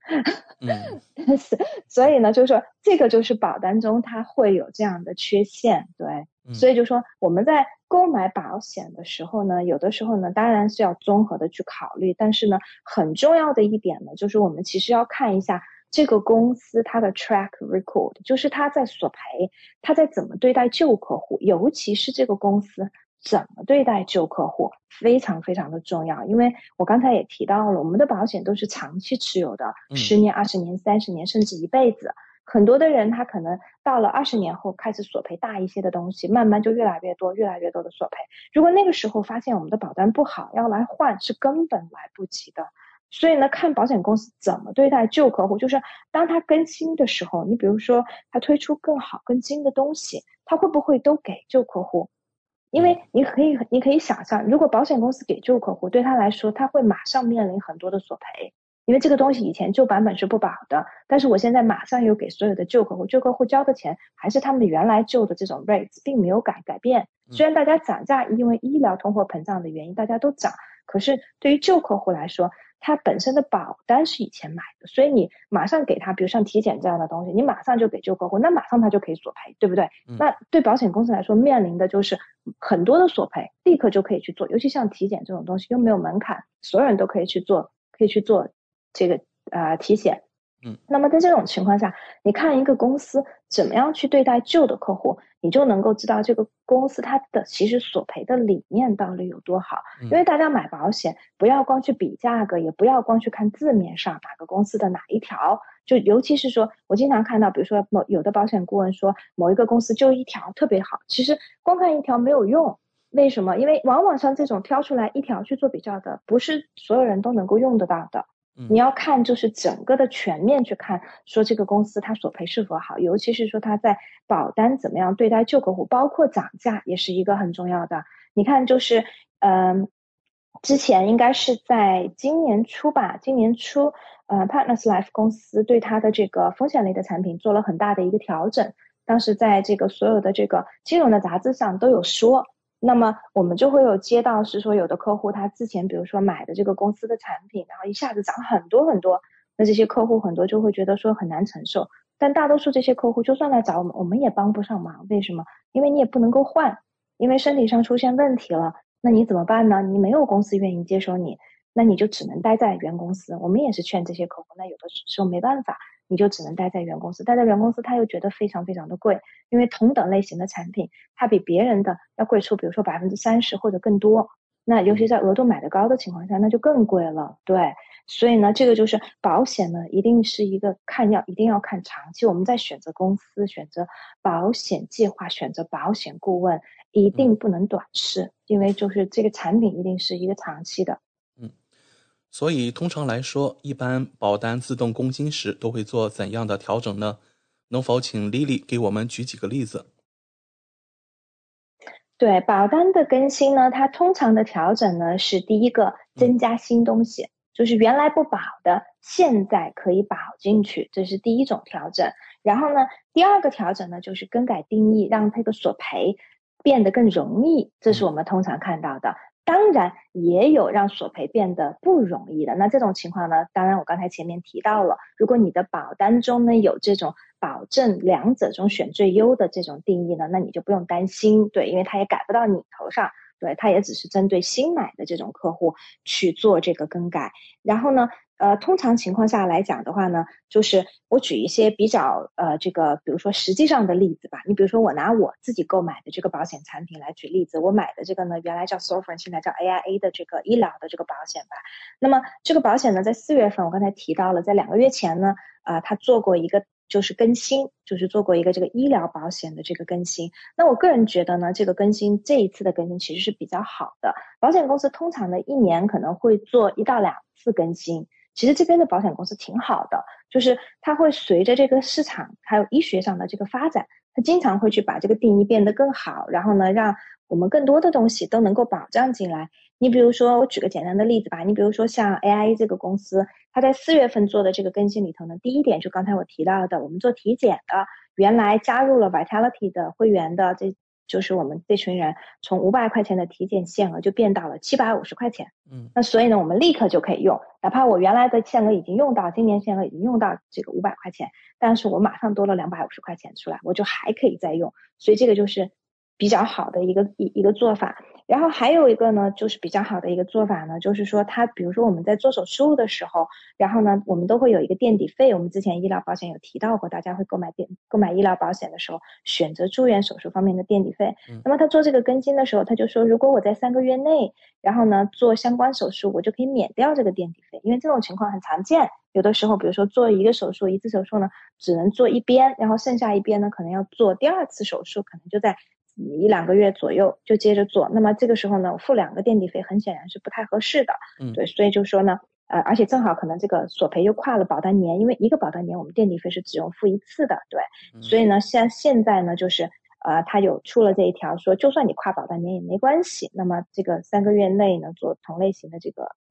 所以呢就是说这个就是保单中它会有这样的缺陷。对，所以就说我们在购买保险的时候呢，有的时候呢当然是要综合的去考虑，但是呢很重要的一点呢，就是我们其实要看一下这个公司它的 track record， 就是它在索赔，它在怎么对待旧客户，尤其是这个公司怎么对待旧客户非常非常的重要。因为我刚才也提到了，我们的保险都是长期持有的，10年20年30年甚至一辈子。很多的人他可能到了20年后开始索赔大一些的东西，慢慢就越来越多的索赔。如果那个时候发现我们的保单不好要来换，是根本来不及的。所以呢看保险公司怎么对待旧客户，就是当他更新的时候，你比如说他推出更好更新的东西，他会不会都给旧客户？因为你可以想象，如果保险公司给旧客户，对他来说他会马上面临很多的索赔，因为这个东西以前旧版本是不保的，但是我现在马上又给所有的旧客户交的钱还是他们原来旧的这种 rates， 并没有改变， 虽然大家涨价，因为医疗通货膨胀的原因大家都涨，可是对于旧客户来说，他本身的保单是以前买的，所以你马上给他，比如像体检这样的东西，你马上就给旧客户，那马上他就可以索赔，对不对？那对保险公司来说，面临的就是很多的索赔，立刻就可以去做，尤其像体检这种东西又没有门槛，所有人都可以去做这个体检。那么在这种情况下，你看一个公司怎么样去对待旧的客户，你就能够知道这个公司它的其实索赔的理念到底有多好。因为大家买保险不要光去比价格，也不要光去看字面上哪个公司的哪一条，就尤其是说我经常看到比如说有的保险顾问说某一个公司就一条特别好，其实光看一条没有用。为什么？因为往往像这种挑出来一条去做比较的，不是所有人都能够用得到的。你要看就是整个的全面去看，说这个公司它索赔是否好，尤其是说它在保单怎么样对待旧客户，包括涨价也是一个很重要的。你看就是之前应该是在今年初Partners Life 公司对它的这个风险类的产品做了很大的一个调整，当时在这个所有的这个金融的杂志上都有说。那么我们就会有接到是说有的客户他之前比如说买的这个公司的产品，然后一下子涨很多很多，那这些客户很多就会觉得说很难承受，但大多数这些客户就算来找我们，我们也帮不上忙。为什么？因为你也不能够换，因为身体上出现问题了，那你怎么办呢？你没有公司愿意接收你，那你就只能待在原公司。我们也是劝这些客户，那有的时候没办法，你就只能待在原公司，待在原公司他又觉得非常非常的贵，因为同等类型的产品它比别人的要贵出比如说30%或者更多，那尤其在额度买的高的情况下那就更贵了。对，所以呢这个就是保险呢一定是一个一定要看长期，我们在选择公司选择保险计划选择保险顾问一定不能短视，因为就是这个产品一定是一个长期的。 所以通常来说，一般保单自动更新时都会做怎样的调整呢？能否请 Lily 给我们举几个例子？ 对，保单的更新呢，它通常的调整呢是第一个增加新东西，就是原来不保的现在可以保进去，这是第一种调整。然后呢第二个调整呢就是更改定义，让这个索赔变得更容易，这是我们通常看到的。当然也有让索赔变得不容易的，那这种情况呢，当然我刚才前面提到了，如果你的保单中呢有这种保证两者中选最优的这种定义呢，那你就不用担心，对，因为它也改不到你头上，对，它也只是针对新买的这种客户去做这个更改。然后呢通常情况下来讲的话呢，就是我举一些比较这个比如说实际上的例子吧。你比如说我拿我自己购买的这个保险产品来举例子，我买的这个呢原来叫 Sovereign 现在叫 AIA 的这个医疗的这个保险吧。那么这个保险呢在4月份我刚才提到了，在2个月前呢它做过一个就是更新，就是做过一个这个医疗保险的这个更新。那我个人觉得呢这个更新这一次的更新其实是比较好的。保险公司通常呢1年可能会做1到2次更新，其实这边的保险公司挺好的，就是它会随着这个市场还有医学上的这个发展，它经常会去把这个定义变得更好，然后呢让我们更多的东西都能够保障进来。你比如说我举个简单的例子吧，你比如说像 AIA 这个公司，它在4月份做的这个更新里头呢，第一点就刚才我提到的，我们做体检的原来加入了 Vitality 的会员的，这就是我们这群人从500块钱的体检限额就变到了750块钱。那所以呢我们立刻就可以用，哪怕我原来的限额已经用到，今年限额已经用到这个500块钱，但是我马上多了250块钱出来，我就还可以再用，所以这个就是比较好的一个做法。然后还有一个呢就是比较好的一个做法呢，就是说它比如说我们在做手术的时候，然后呢我们都会有一个垫底费，我们之前医疗保险有提到过，大家会购买医疗保险的时候选择住院手术方面的垫底费。那么他做这个更新的时候，他就说如果我在3个月内然后呢做相关手术，我就可以免掉这个垫底费。因为这种情况很常见，有的时候比如说做一次手术呢只能做一边，然后剩下一边呢可能要做第2次手术，可能就在1-2个月左右就接着做，那么这个时候呢我付2个垫底费很显然是不太合适的。对，所以就说呢而且正好可能这个索赔又跨了保单年，因为一个保单年我们垫底费是只用付1次的。对，所以呢像现在呢就是他有出了这一条，说就算你跨保单年也没关系，那么这个3个月内呢做同类型的这个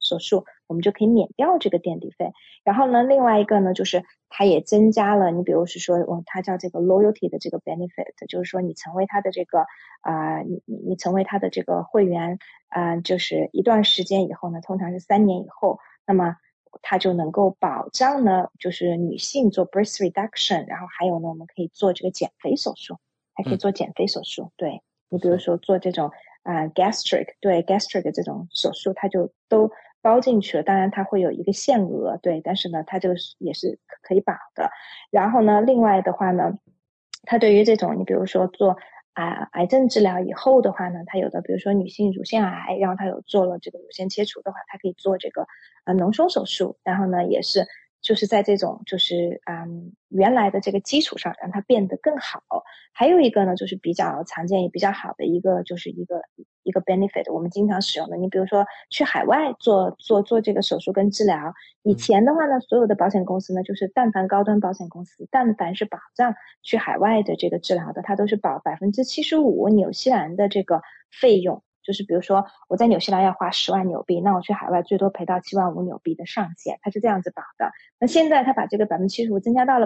手术，我们就可以免掉这个垫底费。然后呢，另外一个呢，就是它也增加了，你比如是说，它叫这个 loyalty 的这个 benefit， 就是说你成为它的这个你成为它的这个会员就是一段时间以后呢，通常是3年以后，那么它就能够保障呢，就是女性做 breast reduction， 然后还有呢，我们可以做这个减肥手术，还可以做减肥手术。对，你比如说做这种gastric 这种手术，它就都包进去了。当然它会有一个限额，对，但是呢，它这个也是可以保的。然后呢，另外的话呢，它对于这种你比如说做癌症治疗以后的话呢，它有的比如说女性乳腺癌，然后它有做了这个乳腺切除的话，它可以做这个脓胸手术，然后呢也是就是在这种就是原来的这个基础上让它变得更好。还有一个呢就是比较常见也比较好的一个就是一个 benefit， 我们经常使用的，你比如说去海外做这个手术跟治疗，以前的话呢，所有的保险公司呢，就是但凡高端保险公司，但凡是保障去海外的这个治疗的，它都是保75%纽西兰的这个费用。就是比如说我在纽西兰要花10万纽币，那我去海外最多赔到7万5纽币的上限，它是这样子保的。那现在它把这个75%增加到了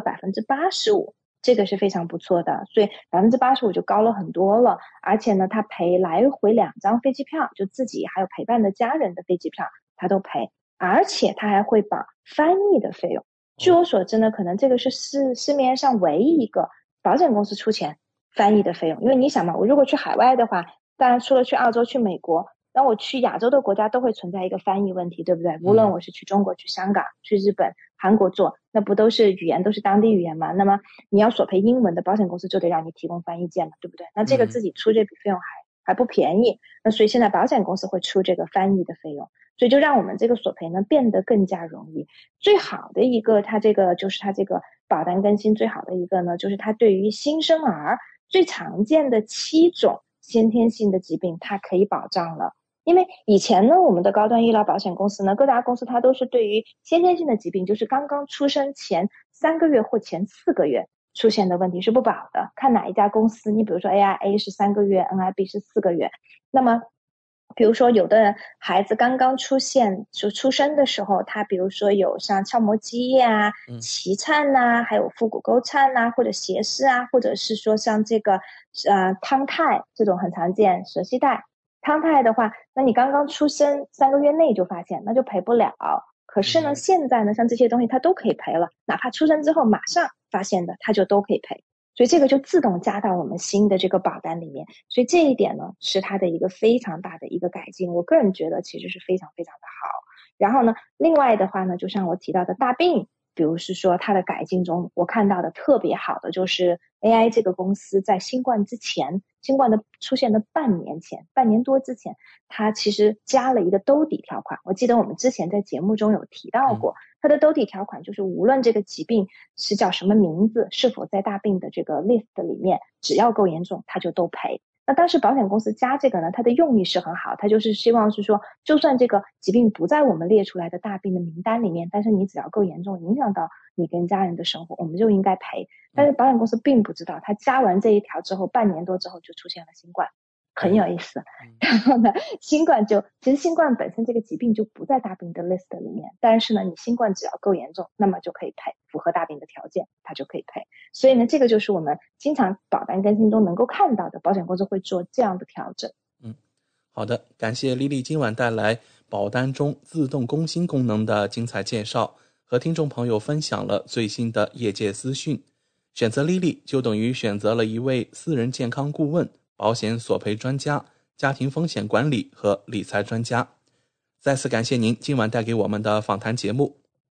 85%，这个是非常不错的，所以85%就高了很多了。而且呢，它赔来回2张飞机票，就自己还有陪伴的家人的飞机票，它都赔，而且它还会保翻译的费用。据我所知呢，可能这个是市面上唯一一个保险公司出钱翻译的费用。因为你想嘛，我如果去海外的话，当然除了去澳洲去美国，那我去亚洲的国家都会存在一个翻译问题，对不对？无论我是去中国去香港去日本韩国做，那不都是语言都是当地语言嘛，那么你要索赔英文的保险公司就得让你提供翻译件嘛，对不对？那这个自己出这笔费用还不便宜，那所以现在保险公司会出这个翻译的费用，所以就让我们这个索赔呢变得更加容易。最好的一个它这个保单更新最好的一个呢，就是它对于新生儿最常见的7种先天性的疾病它可以保障了。因为以前呢，我们的高端医疗保险公司呢，各大公司它都是对于先天性的疾病，就是刚刚出生前3个月或前4个月出现的问题是不保的，看哪一家公司，你比如说 AIA 是3个月 ，NIB 是4个月。那么比如说有的孩子刚刚出生的时候，他比如说有像鞘膜积液脐颤还有腹股沟颤或者斜视或者是说像这个汤态这种很常见，舌系带汤态的话，那你刚刚出生3个月内就发现，那就赔不了。可是呢，现在呢，像这些东西它都可以赔了，哪怕出生之后马上发现的，它就都可以赔。所以这个就自动加到我们新的这个保单里面，所以这一点呢是它的一个非常大的一个改进，我个人觉得其实是非常非常的好。然后呢，另外的话呢，就像我提到的大病，比如是说它的改进中，我看到的特别好的就是 AI 这个公司在新冠之前，新冠的出现的半年多之前，它其实加了一个兜底条款。我记得我们之前在节目中有提到过，它的兜底条款就是无论这个疾病是叫什么名字，是否在大病的这个 list 里面，只要够严重，它就都赔。那当时保险公司加这个呢，它的用意是很好，它就是希望是说，就算这个疾病不在我们列出来的大病的名单里面，但是你只要够严重，影响到你跟家人的生活，我们就应该赔。但是保险公司并不知道，它加完这一条之后，半年多之后就出现了新冠，很有意思。然后呢，其实新冠本身这个疾病就不在大病的 list 里面，但是呢，你新冠只要够严重，那么就可以赔，符合大病的条件，它就可以赔。所以呢，这个就是我们经常保单更新中能够看到的，保险公司会做这样的调整。 好的，感谢莉莉今晚带来保单中自动更新功能的精彩介绍，和听众朋友分享了最新的业界资讯。选择莉莉就等于选择了一位私人健康顾问、保险索赔专家、家庭风险管理和理财专家。再次感谢您今晚带给我们的访谈节目。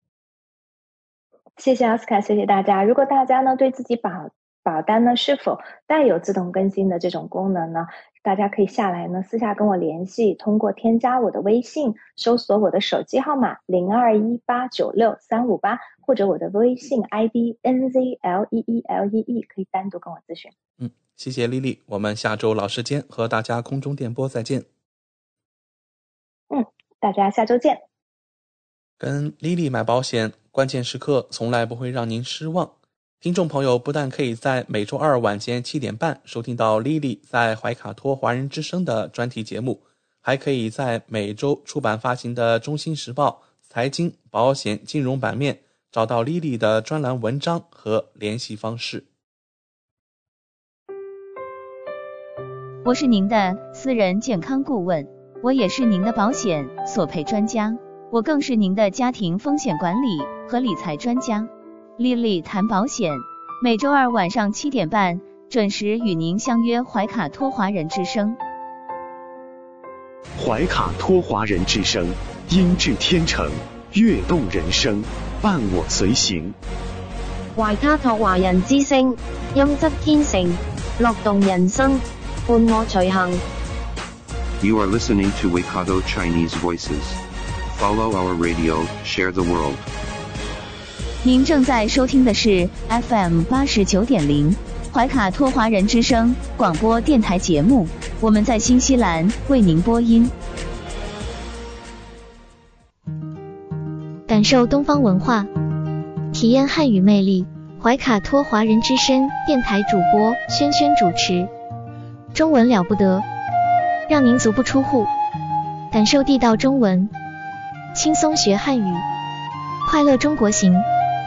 谢谢奥斯卡，谢谢大家。如果大家呢对自己保单呢是否带有自动更新的这种功能呢，大家可以下来呢私下跟我联系，通过添加我的微信，搜索我的手机号码0218963558，或者我的微信 ID NZLEELEE， 可以单独跟我咨询。 谢谢莉莉，我们下周老时间和大家空中电波再见。 大家下周见。 跟莉莉买保险，关键时刻从来不会让您失望。听众朋友不但可以在每周二晚间7点半收听到莉莉在怀卡托华人之声的专题节目， 还可以在每周出版发行的《中新时报》财经、保险、金融版面找到 Lily 的专栏文章和联系方式。 我是您的私人健康顾问，我也是您的保险索赔专家，我更是您的家庭风险管理和理财专家。Lily 谈保险，每周二晚上7点半准时与您相约怀卡托华人之声。 怀卡托华人之声，音质天成，悦动人生，伴我隨行。 懷卡托華人之聲，音質天成，樂動人生，伴我隨行。 You are listening to Waikato Chinese Voices. Follow our radio, share the world. 您正在收听的是 FM 89.0怀卡托华人之声广播电台节目，我们在新西兰为您播音。 感受东方文化，体验汉语魅力。怀卡托华人之声电台主播轩轩主持，中文了不得，让您足不出户，感受地道中文，轻松学汉语，快乐中国行。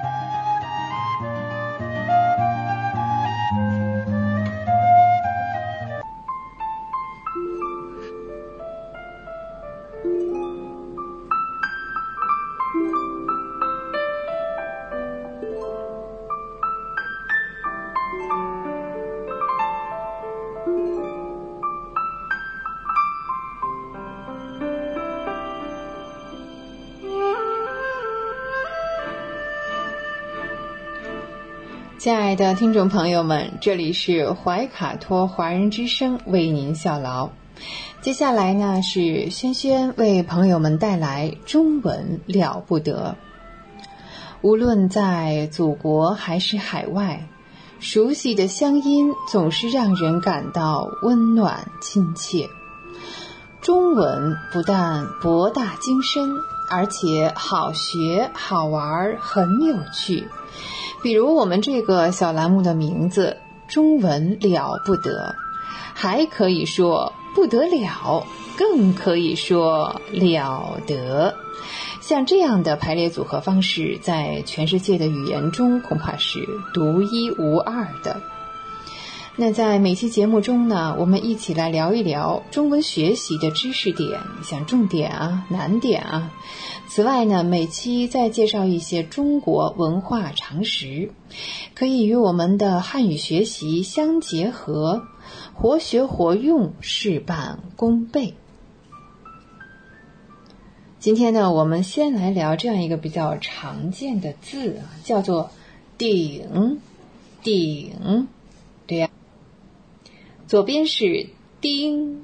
亲爱的听众朋友们，这里是怀卡托华人之声为您效劳。接下来呢，是轩轩为朋友们带来中文了不得。无论在祖国还是海外，熟悉的乡音总是让人感到温暖亲切。中文不但博大精深，而且好学好玩，很有趣。比如我们这个小栏目的名字中文了不得，还可以说不得了，更可以说了得。像这样的排列组合方式在全世界的语言中恐怕是独一无二的。那在每期节目中呢，我们一起来聊一聊中文学习的知识点，像重点啊、难点啊。此外呢，每期再介绍一些中国文化常识，可以与我们的汉语学习相结合，活学活用，事半功倍。今天呢，我们先来聊这样一个比较常见的字啊，叫做顶。顶，对呀，左边是丁，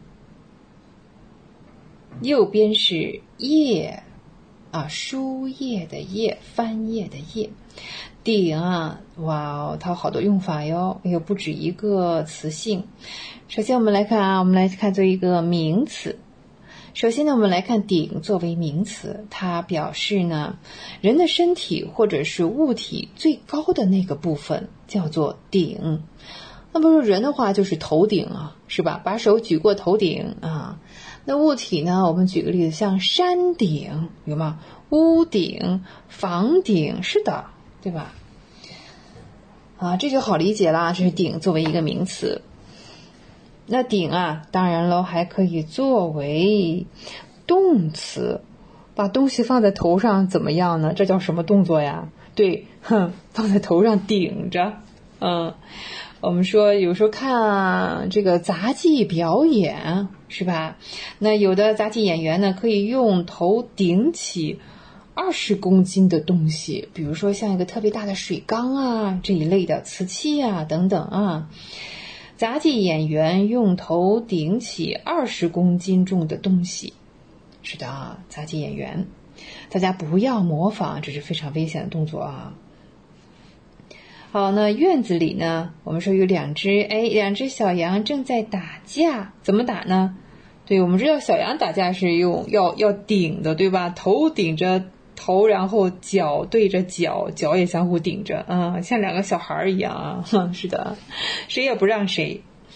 右边是叶啊，书页的页，翻页的页。顶啊，哇，它有好多用法哟，有不止一个词性。首先我们来看作一个名词。首先呢，我们来看顶作为名词，它表示呢人的身体或者是物体最高的那个部分叫做顶。那不是人的话就是头顶啊，是吧？把手举过头顶啊。那物体呢，我们举个例子，像山顶有吗？屋顶、房顶，是的，对吧？啊，这就好理解啦，这是顶作为一个名词。那顶啊，当然了，还可以作为动词，把东西放在头上怎么样呢？这叫什么动作呀？对，放在头上顶着。我们说有时候看这个杂技表演，是吧？那有的杂技演员呢，可以用头顶起20公斤的东西，比如说像一个特别大的水缸啊，这一类的瓷器啊等等啊。杂技演员用头顶起20公斤重的东西，是的啊，杂技演员，大家不要模仿，这是非常危险的动作啊。好，那院子里呢，我们说有两只小羊正在打架，怎么打呢？对，我们知道小羊打架是用要顶的，对吧？头顶着头，然后脚对着脚，脚也相互顶着，像两个小孩一样啊。是的，谁也不让谁。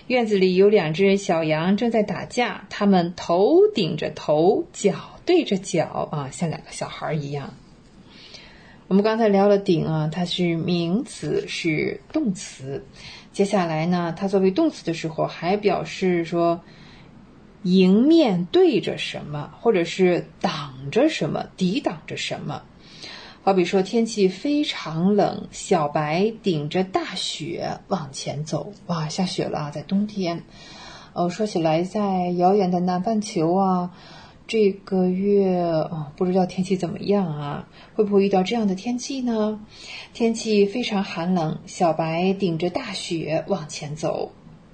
院子里有2只小羊正在打架，它们头顶着头，脚对着脚啊，像2个小孩一样。我们刚才聊了顶啊，它是名词，是动词。接下来呢，它作为动词的时候，还表示说迎面对着什么，或者是挡着什么，抵挡着什么。好比说天气非常冷，小白顶着大雪往前走。哇，下雪了啊，在冬天。说起来，在遥远的南半球啊，这个月不知道天气怎么样啊，会不会遇到这样的天气呢？天气非常寒冷，小白顶着大雪往前走。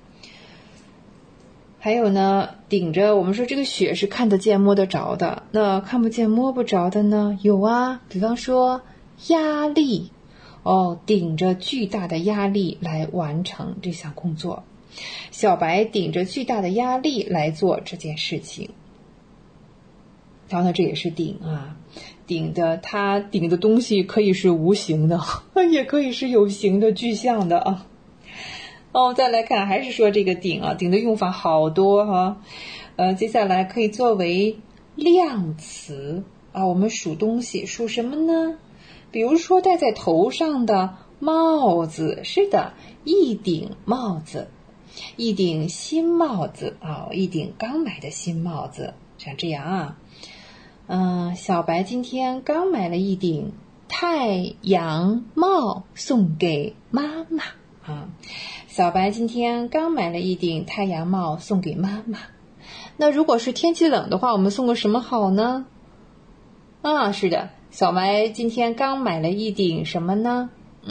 还有呢，顶着，我们说这个雪是看得见摸得着的，那看不见摸不着的呢？有啊，比方说压力，顶着巨大的压力来完成这项工作。小白顶着巨大的压力来做这件事情。然后呢，这也是顶啊，它顶的东西可以是无形的，也可以是有形的具象的啊。再来看，还是说这个顶啊，顶的用法好多哈。接下来可以作为量词啊，我们数东西，数什么呢？比如说戴在头上的帽子，是的，一顶帽子，一顶新帽子啊，一顶刚买的新帽子，像这样啊。小白今天刚买了一顶太阳帽送给妈妈啊。小白今天刚买了一顶太阳帽送给妈妈。那如果是天气冷的话，我们送个什么好呢？是的，小白今天刚买了一顶什么呢？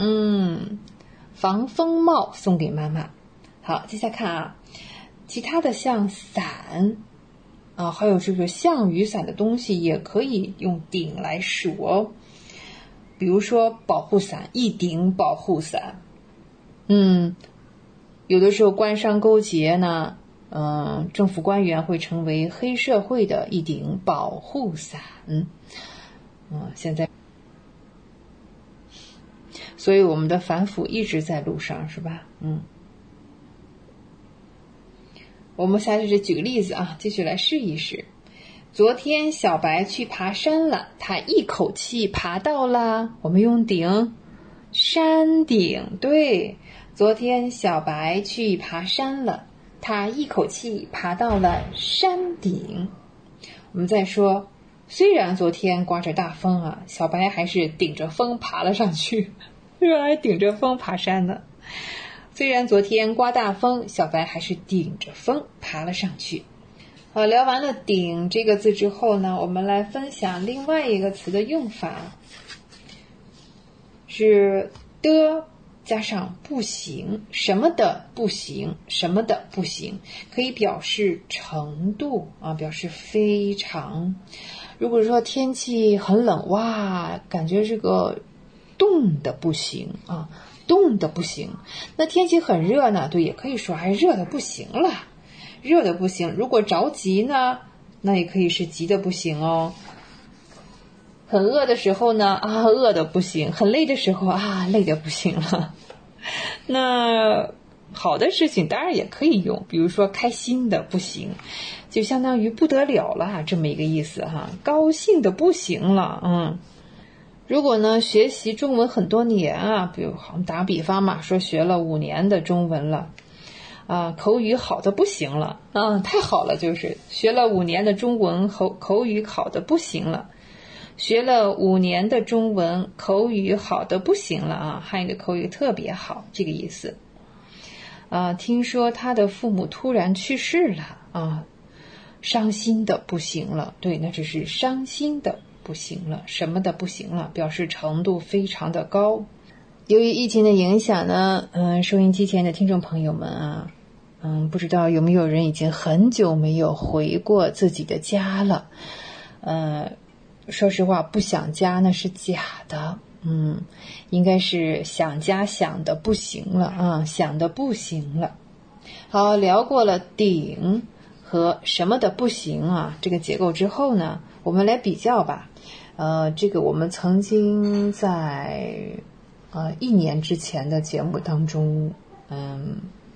防风帽送给妈妈。好，接下来看啊，其他的像伞啊，还有这个像雨伞的东西也可以用顶来数哦。比如说保护伞，一顶保护伞。有的时候官商勾结呢，政府官员会成为黑社会的一顶保护伞。现在，所以我们的反腐一直在路上，是吧？我们下去举个例子啊，继续来试一试。昨天小白去爬山了，他一口气爬到了，我们用顶，山顶，对。昨天小白去爬山了，他一口气爬到了山顶。我们再说，虽然昨天刮着大风啊，小白还是顶着风爬了上去，原来顶着风爬山的。虽然昨天刮大风，小白还是顶着风爬了上去。好，聊完了顶这个字之后呢，我们来分享另外一个词的用法，是的加上不行，什么的不行，什么的不行，可以表示程度啊，表示非常。如果说天气很冷，哇，感觉这个冻的不行啊，冻的不行。那天气很热呢，对，也可以说热的不行了，热的不行。如果着急呢，那也可以是急的不行哦。很饿的时候呢，饿的不行；很累的时候累的不行了。那好的事情当然也可以用，比如说开心的不行，就相当于不得了了这么一个意思哈，高兴的不行了。如果呢学习中文很多年啊，比如我们打个比方嘛，说学了5年的中文了口语好的不行了太好了，就是学了5年的中文口语好的不行了。学了5年的中文，口语好的不行了汉语的口语特别好，这个意思。听说他的父母突然去世了伤心的不行了，对，那只是伤心的不行了，什么的不行了，表示程度非常的高。由于疫情的影响呢，收音机前的听众朋友们不知道有没有人已经很久没有回过自己的家了。说实话，不想家那是假的，应该是想家想的不行了想的不行了。好，聊过了顶和什么的不行这个结构之后呢，我们来比较吧。这个我们曾经在1年之前的节目当中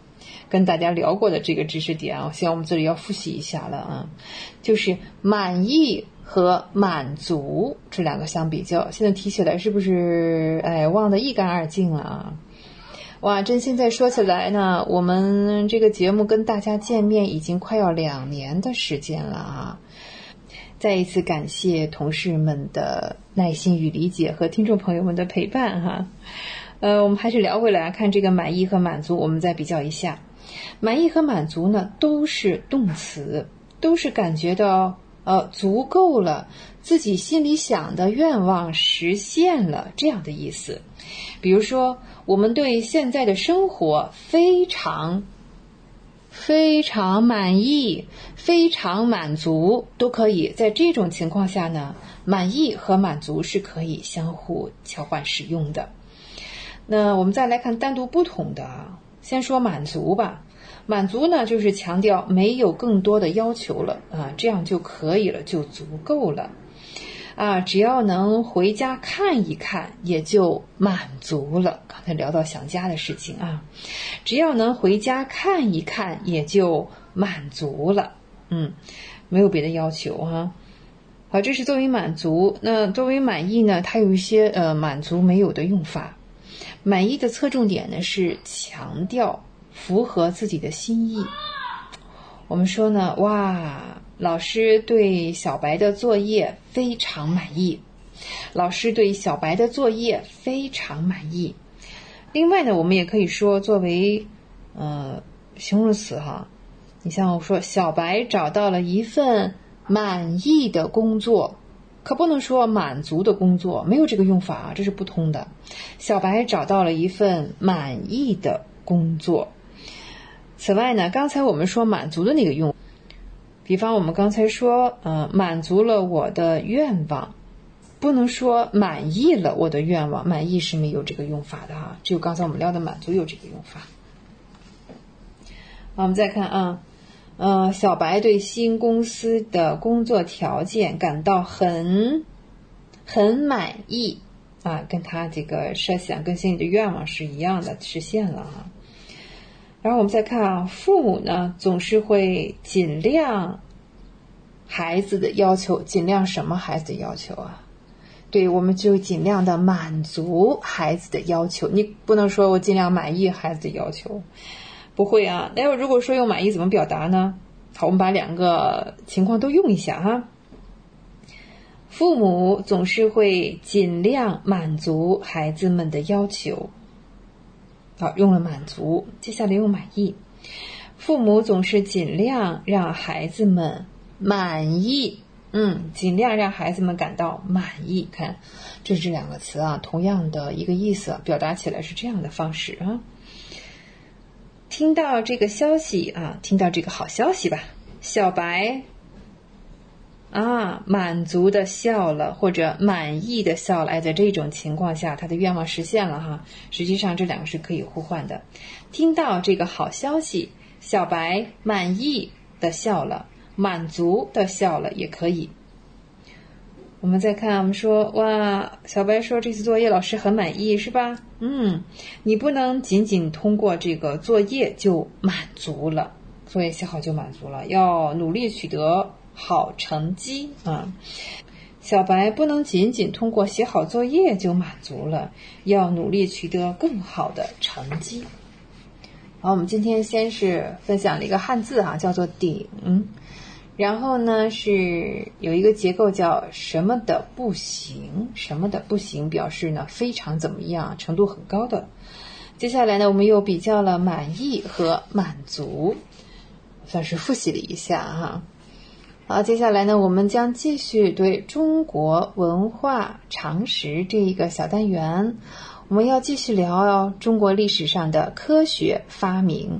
跟大家聊过的这个知识点啊，像我们这里要复习一下了啊，就是满意和满足这两个相比较，现在提起来是不是忘得一干二净了啊？哇，真现在说起来呢，我们这个节目跟大家见面已经快要2年的时间了啊！再一次感谢同事们的耐心与理解和听众朋友们的陪伴哈。我们还是聊回来看这个满意和满足，我们再比较一下。满意和满足呢，都是动词，都是感觉到足够了，自己心里想的愿望实现了这样的意思。比如说，我们对现在的生活非常满意，非常满足，都可以。在这种情况下呢，满意和满足是可以相互交换使用的。那我们再来看单独不同的啊，先说满足吧。满足呢，就是强调没有更多的要求了啊，这样就可以了，就足够了啊，只要能回家看一看也就满足了。刚才聊到想家的事情啊，只要能回家看一看也就满足了，没有别的要求啊。好，这是作为满足。那作为满意呢，它有一些满足没有的用法。满意的侧重点呢是强调符合自己的心意。我们说呢，哇，老师对小白的作业非常满意，老师对小白的作业非常满意。另外呢，我们也可以说作为形容词哈，你像我说小白找到了一份满意的工作，可不能说满足的工作，没有这个用法啊，这是不通的。小白找到了一份满意的工作。此外呢，刚才我们说满足的那个用，比方我们刚才说满足了我的愿望，不能说满意了我的愿望，满意是没有这个用法的哈，只有刚才我们聊的满足有这个用法。好，我们再看啊，小白对新公司的工作条件感到很满意啊，跟他这个设想跟心里的愿望是一样的，实现了啊。然后我们再看啊，父母呢总是会尽量孩子的要求，尽量什么孩子的要求啊？对，我们就尽量的满足孩子的要求，你不能说我尽量满意孩子的要求，不会啊。那如果说用满意怎么表达呢？好，我们把两个情况都用一下哈。父母总是会尽量满足孩子们的要求。好，用了满足，接下来用满意。父母总是尽量让孩子们满意，尽量让孩子们感到满意。看，这是两个词啊，同样的一个意思，表达起来是这样的方式啊。听到这个消息啊，听到这个好消息吧，小白满足的笑了，或者满意的笑了。在这种情况下，他的愿望实现了哈。实际上这两个是可以互换的。听到这个好消息，小白满意的笑了，满足的笑了也可以。我们再看，我们说哇，小白说这次作业老师很满意是吧？你不能仅仅通过这个作业就满足了，作业写好就满足了，要努力取得好成绩啊！小白不能仅仅通过写好作业就满足了，要努力取得更好的成绩。好，我们今天先是分享了一个汉字啊，叫做顶，然后呢是有一个结构叫什么的不行，什么的不行表示呢非常怎么样，程度很高的。接下来呢，我们又比较了满意和满足，算是复习了一下哈。好，接下来呢，我们将继续对中国文化常识这一个小单元，我们要继续聊中国历史上的科学发明。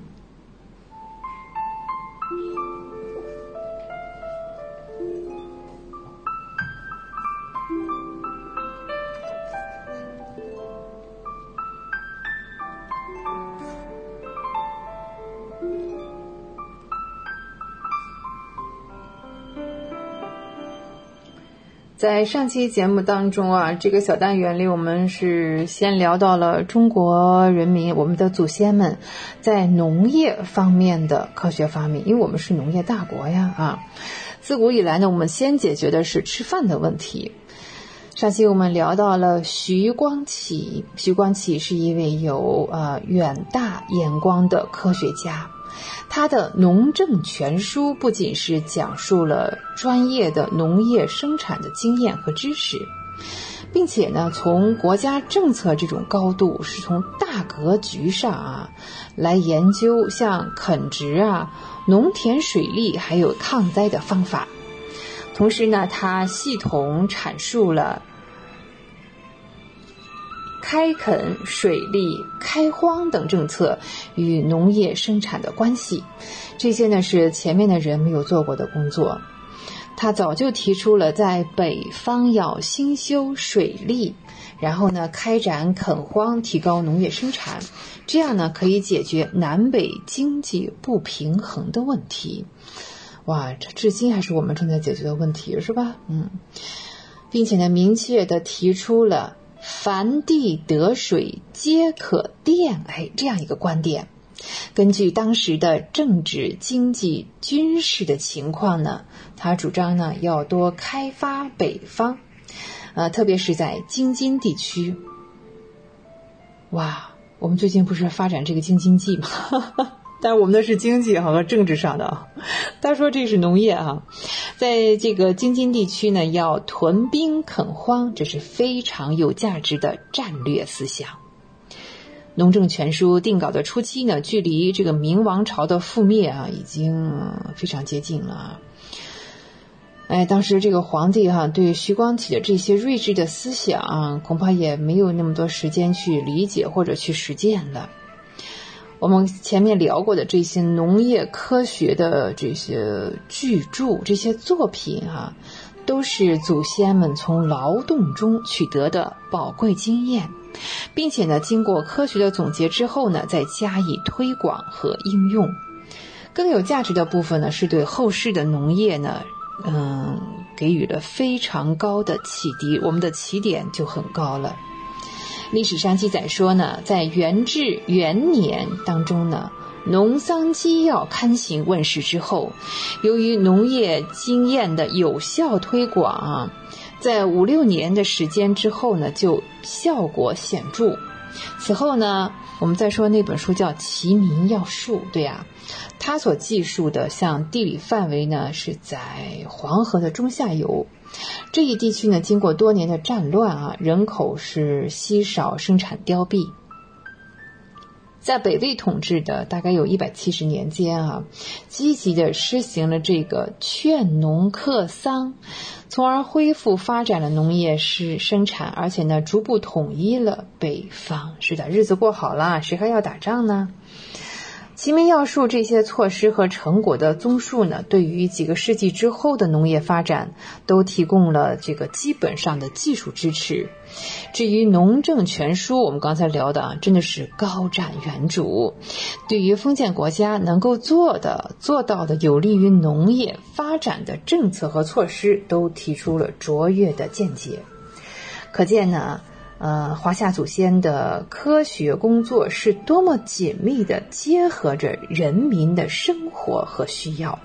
在上期节目当中啊，这个小单元里我们是先聊到了中国人民，我们的祖先们在农业方面的科学发明，因为我们是农业大国呀啊。自古以来呢，我们先解决的是吃饭的问题。上期我们聊到了徐光启，徐光启是一位有远大眼光的科学家。他的《农政全书》不仅是讲述了专业的农业生产的经验和知识，并且呢，从国家政策这种高度，是从大格局上来研究像垦殖农田水利还有抗灾的方法。同时呢，他系统阐述了开垦、水利、开荒等政策与农业生产的关系，这些呢是前面的人没有做过的工作。他早就提出了在北方要兴修水利，然后呢开展垦荒，提高农业生产，这样呢可以解决南北经济不平衡的问题。哇，这至今还是我们正在解决的问题，是吧？并且呢明确地提出了凡地得水皆可佃，这样一个观点。根据当时的政治、经济、军事的情况呢，他主张呢要多开发北方，特别是在京津地区。哇，我们最近不是发展这个京津冀吗？但是我们的是经济和政治上的。他说这是农业在这个京津地区呢，要屯兵垦荒，这是非常有价值的战略思想。农政全书定稿的初期呢，距离这个明王朝的覆灭已经非常接近了。当时这个皇帝对徐光启的这些睿智的思想恐怕也没有那么多时间去理解或者去实践了。我们前面聊过的这些农业科学的这些巨著、这些作品都是祖先们从劳动中取得的宝贵经验，并且呢，经过科学的总结之后呢，再加以推广和应用。更有价值的部分呢，是对后世的农业呢，给予了非常高的启迪，我们的起点就很高了。历史上记载说呢，在元至元年当中呢，农桑基要刊行问世之后，由于农业经验的有效推广在5-6年的时间之后呢，就效果显著。此后呢，我们再说那本书叫《齐民要术》，对呀，它所记述的像地理范围呢是在黄河的中下游。这一地区呢，经过多年的战乱人口是稀少，生产凋敝。在北魏统治的大概有170年间积极的施行了这个劝农克桑，从而恢复发展了农业生产，而且呢逐步统一了北方。是的，日子过好了，谁还要打仗呢？齐民要术这些措施和成果的综述呢，对于几个世纪之后的农业发展都提供了这个基本上的技术支持。至于农政全书，我们刚才聊的真的是高瞻远瞩，对于封建国家能够做到的有利于农业发展的政策和措施都提出了卓越的见解。可见呢华夏祖先的科学工作是多么紧密地结合着人民的生活和需要。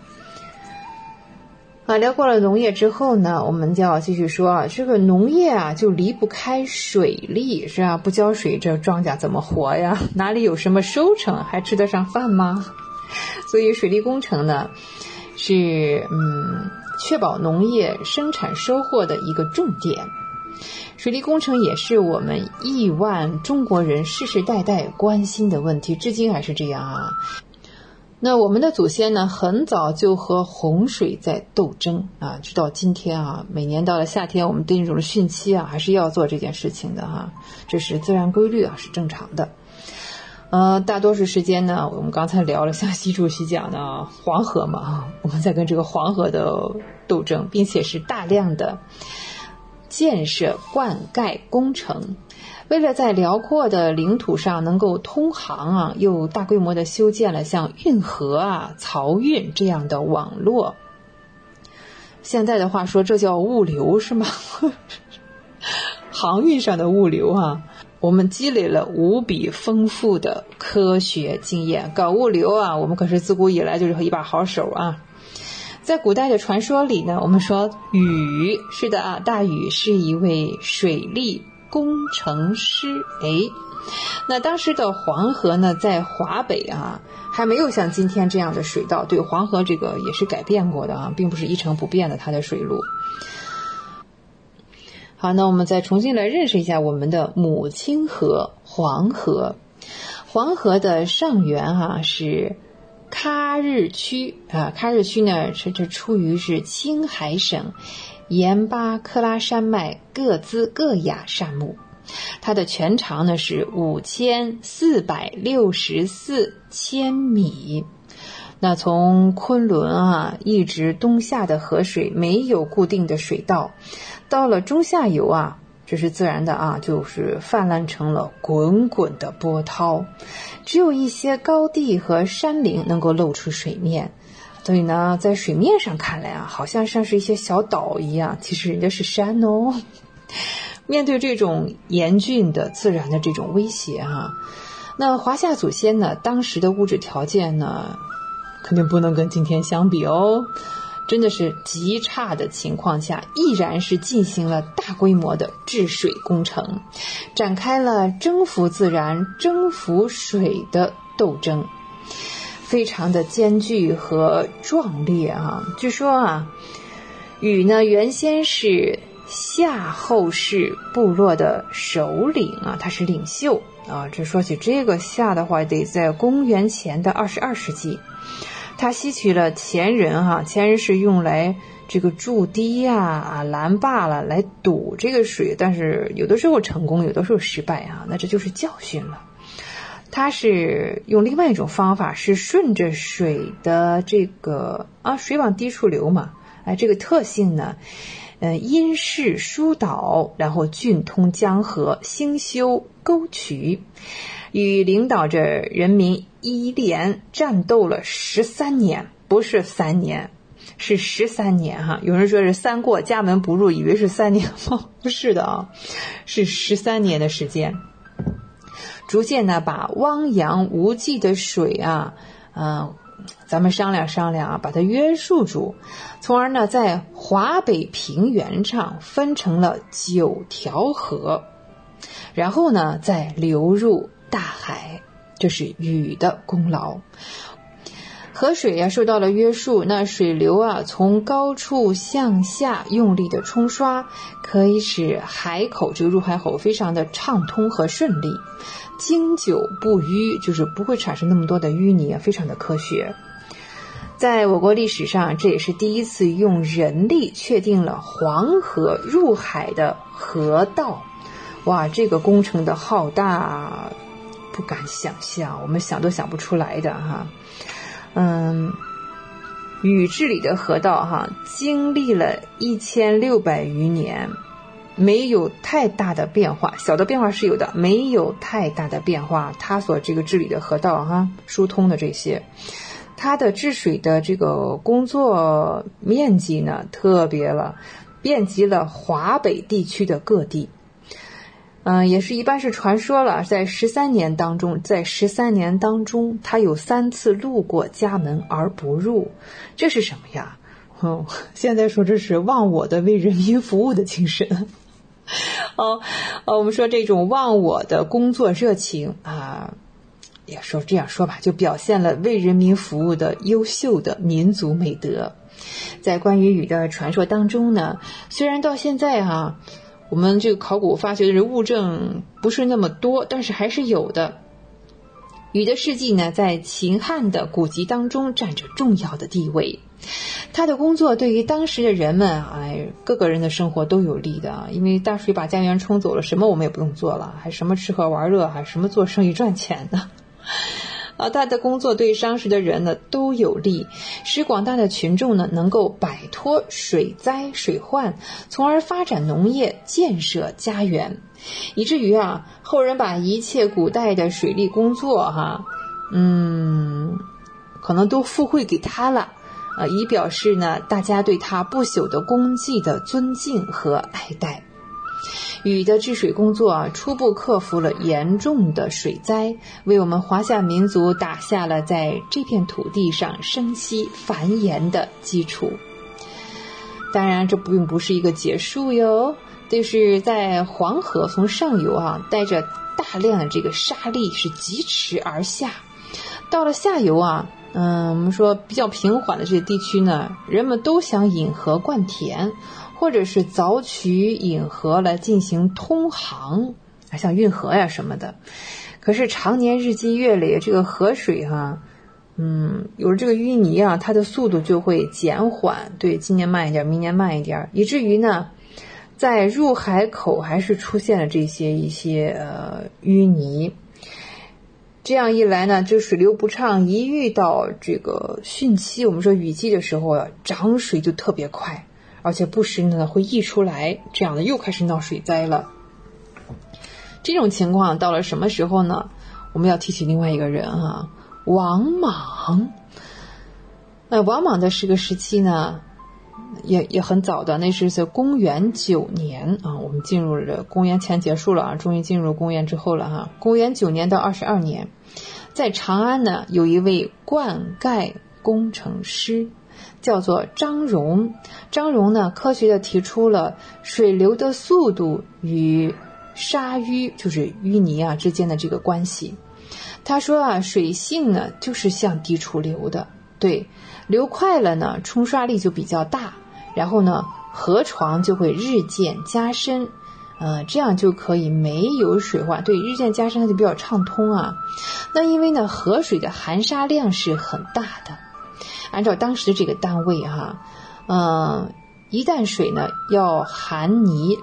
聊过了农业之后呢，我们就要继续说这个农业就离不开水利，是吧？不浇水这庄稼怎么活呀？哪里有什么收成，还吃得上饭吗？所以水利工程呢是确保农业生产收获的一个重点。水利工程也是我们亿万中国人世世代代关心的问题，至今还是这样那我们的祖先呢，很早就和洪水在斗争直到今天每年到了夏天，我们进入了汛期还是要做这件事情的这是自然规律是正常的。大多数时间呢，我们刚才聊了像习主席讲的黄河嘛我们在跟这个黄河的斗争，并且是大量的建设灌溉工程。为了在辽阔的领土上能够通航又大规模的修建了像运河漕运这样的网络。 现在的话说这叫物流是吗？航运上的物流啊，我们积累了无比丰富的科学经验。搞物流啊，我们可是自古以来就是一把好手啊。在古代的传说里呢，我们说禹，是的啊，大禹是一位水利工程师。那当时的黄河呢，在华北啊，还没有像今天这样的水道，对，黄河这个也是改变过的啊，并不是一成不变的它的水路。好，那我们再重新来认识一下我们的母亲河黄河。黄河的上源是喀日区啊，喀日区呢这出于是青海省盐巴克拉山脉各孜各雅山脉，它的全长呢是5464千米。那从昆仑一直东下的河水没有固定的水道，到了中下游这是自然的就是泛滥成了滚滚的波涛，只有一些高地和山岭能够露出水面。所以呢，在水面上看来好像是一些小岛一样，其实人家是山哦。面对这种严峻的自然的这种威胁那华夏祖先呢，当时的物质条件呢，肯定不能跟今天相比哦。真的是极差的情况下，依然是进行了大规模的治水工程，展开了征服自然、征服水的斗争，非常的艰巨和壮烈据说禹呢，原先是夏后氏部落的首领他是领袖这说起这个夏的话，得在公元前的22世纪。他吸取了前人是用来这个筑堤拦坝了，来堵这个水，但是有的时候成功，有的时候失败那这就是教训了。他是用另外一种方法，是顺着水的这个水往低处流嘛，这个特性呢因势疏导，然后浚通江河，兴修沟渠。禹领导着人民一连战斗了13年，不是3年，是13年有人说是3过家门不入，以为是3年吗？不是的是13年的时间，逐渐呢把汪洋无际的水咱们商量商量把它约束住，从而呢在华北平原上分成了9条河，然后呢再流入大海，这是禹的功劳。河水受到了约束，那水流从高处向下用力的冲刷，可以使海口这个入海口非常的畅通和顺利，经久不淤，就是不会产生那么多的淤泥非常的科学。在我国历史上，这也是第一次用人力确定了黄河入海的河道。哇，这个工程的浩大不敢想象，我们想都想不出来的禹治理的河道经历了1600余年，没有太大的变化，小的变化是有的，没有太大的变化。他所这个治理的河道疏通的这些，他的治水的这个工作面积呢特别了，遍及了华北地区的各地。也是一般是传说了，在13年当中他有3次路过家门而不入，这是什么呀？现在说这是忘我的为人民服务的精神。我们说这种忘我的工作热情也说这样说吧，就表现了为人民服务的优秀的民族美德。在关于禹的传说当中呢，虽然到现在我们这个考古发掘的物证不是那么多，但是还是有的。禹的事迹呢，在秦汉的古籍当中占着重要的地位。他的工作对于当时的人们，各个人的生活都有利的，因为大水把家园冲走了，什么我们也不用做了，还什么吃喝玩乐，还什么做生意赚钱呢？他的工作对当时的人呢都有利，使广大的群众呢能够摆脱水灾水患，从而发展农业，建设家园，以至于后人把一切古代的水利工作可能都附会给他了以表示呢大家对他不朽的功绩的尊敬和爱戴。禹的治水工作初步克服了严重的水灾，为我们华夏民族打下了在这片土地上生息繁衍的基础。当然这并不是一个结束哟，就是在黄河从上游带着大量的这个沙砾是疾驰而下，到了下游我们说比较平缓的这些地区呢，人们都想引河灌田，或者是凿渠引河来进行通航，像运河呀什么的。可是常年日积月累，这个河水有了这个淤泥它的速度就会减缓，对，今年慢一点，明年慢一点，以至于呢在入海口还是出现了一些淤泥。这样一来呢，这水流不畅，一遇到这个汛期，我们说雨季的时候涨水就特别快，而且不时呢会溢出来，这样的又开始闹水灾了。这种情况到了什么时候呢？我们要提起另外一个人王莽。王莽的这个时期呢也很早的，那是在公元9年我们进入了公元前结束了终于进入公元之后了公元9年到22年，在长安呢有一位灌溉工程师叫做张荣。张荣呢科学的提出了水流的速度与沙淤，就是淤泥之间的这个关系。他说水性呢就是向低处流的，对，流快了呢冲刷力就比较大，然后呢河床就会日渐加深，这样就可以没有水患，对，日渐加深它就比较畅通那因为呢河水的含沙量是很大的，按照当时的这个单位一担水呢要含泥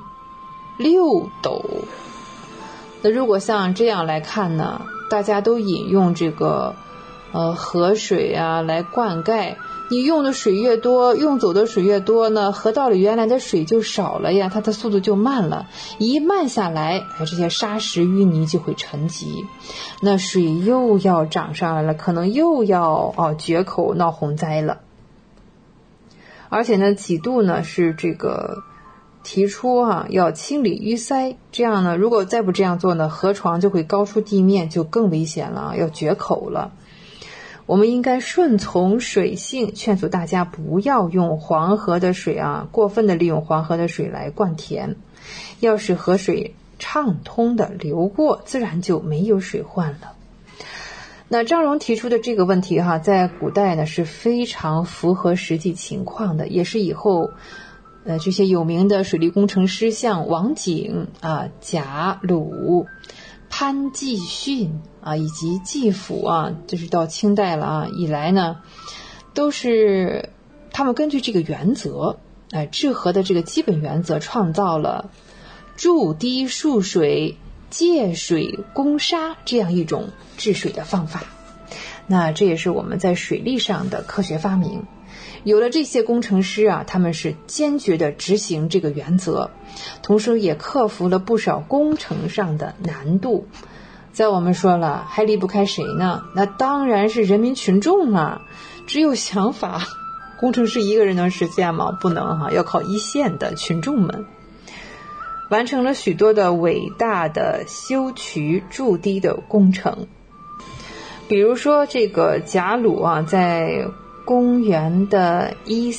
6斗。那如果像这样来看呢，大家都饮用这个河水来灌溉，你用的水越多，用走的水越多呢，河道里原来的水就少了呀，它的速度就慢了，一慢下来这些沙石淤泥就会沉积，那水又要涨上来了，可能又要决口闹洪灾了。而且呢几度呢是这个提出要清理淤塞，这样呢如果再不这样做呢，河床就会高出地面，就更危险了，要决口了。我们应该顺从水性，劝阻大家不要用黄河的水过分的利用黄河的水来灌田，要使河水畅通的流过，自然就没有水患了。那张荣提出的这个问题在古代呢是非常符合实际情况的，也是以后这些有名的水利工程师，像王景贾鲁、潘季训以及季辅就是到清代了以来呢，都是他们根据这个原则治河的这个基本原则，创造了筑堤蓄水、借水攻沙这样一种治水的方法。那这也是我们在水利上的科学发明。有了这些工程师他们是坚决的执行这个原则，同时也克服了不少工程上的难度。在我们说了还离不开谁呢？那当然是人民群众只有想法，工程师一个人能实现吗？不能要靠一线的群众们，完成了许多的伟大的修渠筑堤的工程。比如说这个贾鲁在公元的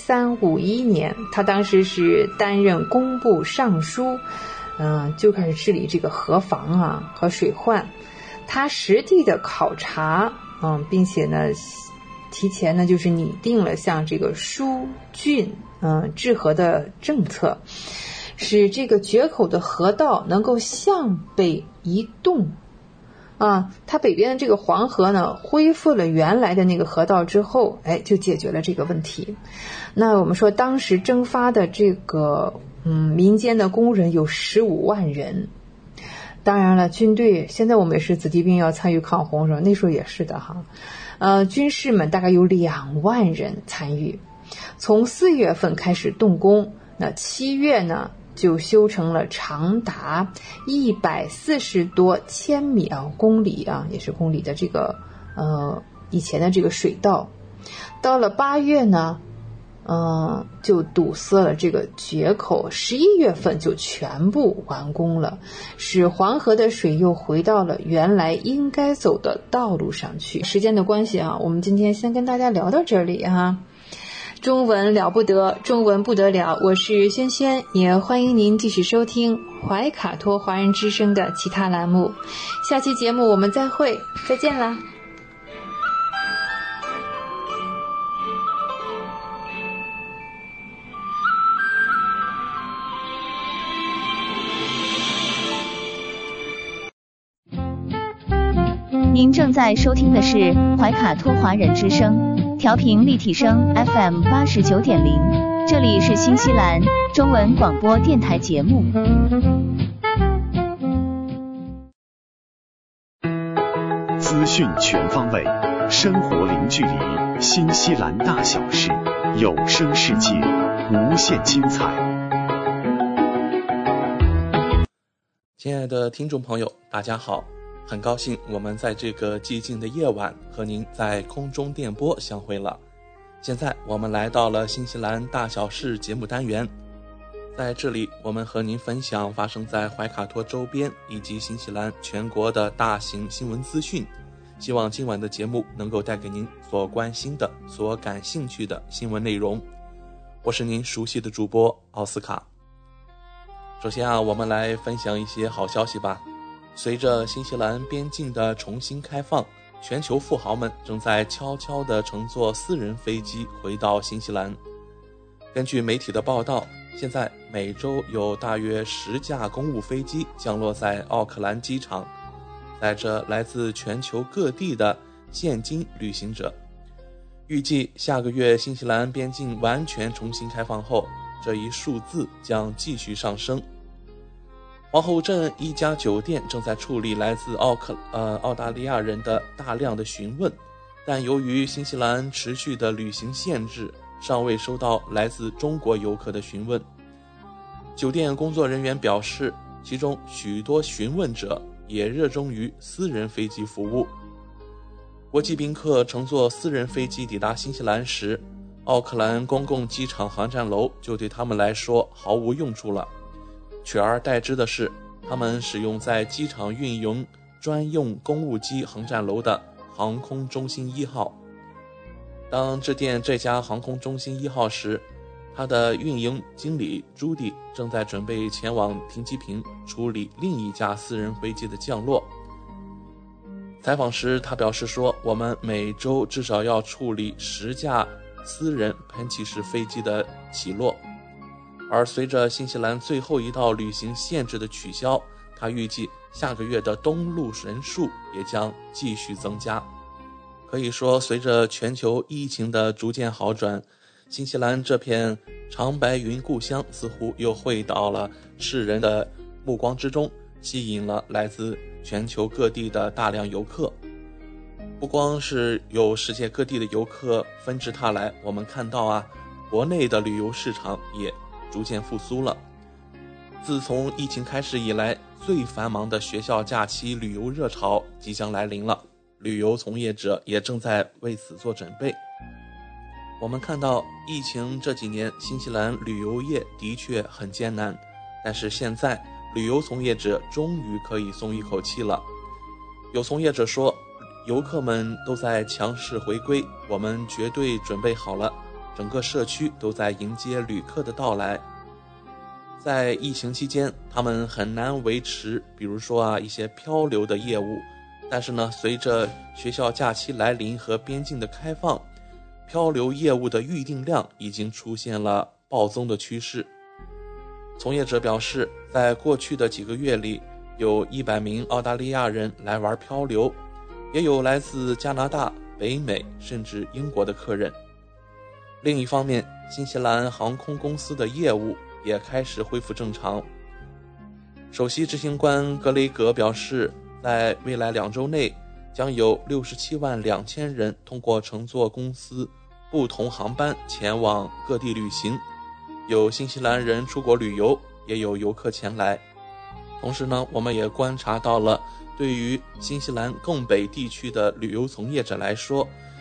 1351年，他当时是担任工部尚书，就开始治理这个河防和水患。他实地的考察，并且呢提前呢就是拟定了像这个疏浚治河的政策，使这个决口的河道能够向北移动。它北边的这个黄河呢恢复了原来的那个河道之后，就解决了这个问题。那我们说当时征发的这个民间的工人有15万人。当然了，军队现在我们也是子弟兵要参与抗洪是吧？那时候也是的军士们大概有2万人参与。从4月份开始动工，那7月呢就修成了长达140多千米公里也是公里的这个以前的这个水道。 到了8月呢，就堵塞了这个决口，11月份就全部完工了，使黄河的水又回到了原来应该走的道路上去。时间的关系啊，我们今天先跟大家聊到这里啊。中文了不得，中文不得了，我是萱萱，也欢迎您继续收听怀卡托华人之声的其他栏目。下期节目我们再会，再见啦。 您正在收听的是怀卡托华人之声，调频立体声 FM 89.0，这里是新西兰中文广播电台节目。 资讯全方位，生活零距离，新西兰大小事，有声世界，无限精彩。 亲爱的听众朋友，大家好，很高兴我们在这个寂静的夜晚和您在空中电波相会了。现在我们来到了新西兰大小事节目单元，在这里我们和您分享发生在怀卡托周边以及新西兰全国的大型新闻资讯，希望今晚的节目能够带给您所关心的、所感兴趣的新闻内容。我是您熟悉的主播奥斯卡。首先我们来分享一些好消息吧。随着新西兰边境的重新开放，全球富豪们正在悄悄地乘坐私人飞机回到新西兰。根据媒体的报道，现在每周有大约10架公务飞机降落在奥克兰机场，载着来自全球各地的现金旅行者。预计下个月新西兰边境完全重新开放后，这一数字将继续上升。皇后镇一家酒店正在处理来自澳大利亚人的大量的询问，但由于新西兰持续的旅行限制，尚未收到来自中国游客的询问。酒店工作人员表示，其中许多询问者也热衷于私人飞机服务。国际宾客乘坐私人飞机抵达新西兰时，奥克兰公共机场航站楼就对他们来说毫无用处了，取而代之的是他们使用在机场运营专用公务机航站楼的航空中心1号。当致电这家航空中心1号时，他的运营经理朱迪正在准备前往停机坪处理另一架私人飞机的降落。采访时他表示说，我们每周至少要处理10架私人喷气式飞机的起落。而随着新西兰最后一道旅行限制的取消，他预计下个月的登陆人数也将继续增加。可以说，随着全球疫情的逐渐好转，新西兰这片长白云故乡似乎又回到了世人的目光之中，吸引了来自全球各地的大量游客。不光是有世界各地的游客纷至沓来，我们看到国内的旅游市场也逐渐复苏了。自从疫情开始以来，最繁忙的学校假期旅游热潮即将来临了，旅游从业者也正在为此做准备。我们看到疫情这几年新西兰旅游业的确很艰难，但是现在旅游从业者终于可以松一口气了。有从业者说，游客们都在强势回归，我们绝对准备好了，整个社区都在迎接旅客的到来。在疫情期间，他们很难维持比如说一些漂流的业务，但是呢，随着学校假期来临和边境的开放，漂流业务的预订量已经出现了暴增的趋势。从业者表示，在过去的几个月里，有100名澳大利亚人来玩漂流，也有来自加拿大、北美甚至英国的客人。另一方面，新西兰航空公司的业务也开始恢复正常。首席执行官格雷格表示，在未来2周内，将有67万2千人通过乘坐公司不同航班前往各地旅行，有新西兰人出国旅游，也有游客前来。同时呢，我们也观察到了，对于新西兰更北地区的旅游从业者来说，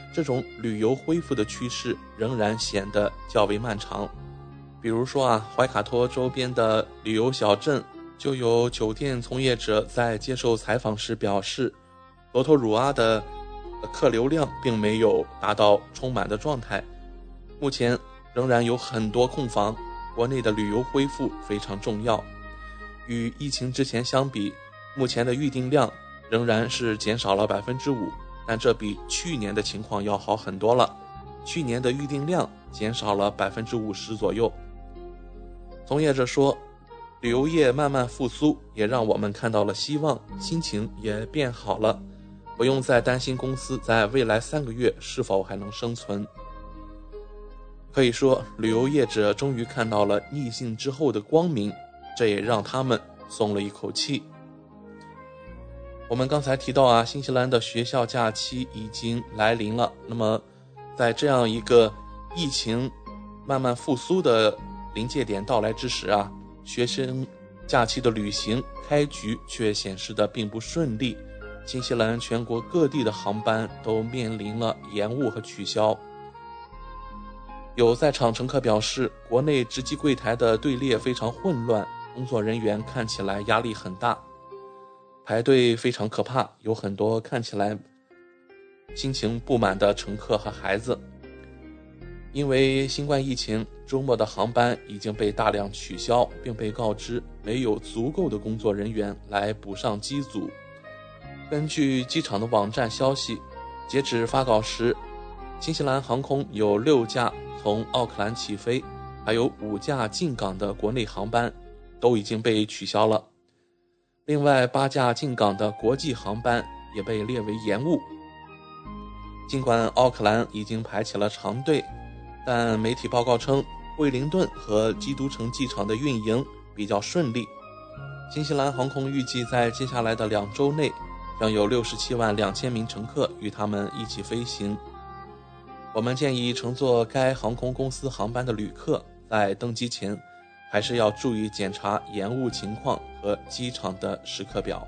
这种旅游恢复的趋势仍然显得较为漫长。比如说怀卡托周边的旅游小镇，就有酒店从业者在接受采访时表示，罗托鲁阿的客流量并没有达到充满的状态，目前仍然有很多空房，国内的旅游恢复非常重要。与疫情之前相比，目前的预订量仍然是减少了 5%， 但这比去年的情况要好很多了。去年的预订量减少了 50% 左右。从业者说，旅游业慢慢复苏，也让我们看到了希望，心情也变好了，不用再担心公司在未来3个月是否还能生存。可以说，旅游业者终于看到了逆境之后的光明，这也让他们松了一口气。我们刚才提到新西兰的学校假期已经来临了。那么在这样一个疫情慢慢复苏的临界点到来之时学生假期的旅行开局却显示得并不顺利。新西兰全国各地的航班都面临了延误和取消。有在场乘客表示，国内值机柜台的队列非常混乱，工作人员看起来压力很大，排队非常可怕，有很多看起来心情不满的乘客和孩子。因为新冠疫情，周末的航班已经被大量取消，并被告知没有足够的工作人员来补上机组。根据机场的网站消息，截止发稿时，新西兰航空有6架从奥克兰起飞，还有5架进港的国内航班都已经被取消了。另外8架进港的国际航班也被列为延误。尽管奥克兰已经排起了长队，但媒体报告称惠灵顿和基督城机场的运营比较顺利。新西兰航空预计在接下来的2周内将有67万2千名乘客与他们一起飞行。我们建议乘坐该航空公司航班的旅客在登机前还是要注意检查延误情况和机场的时刻表。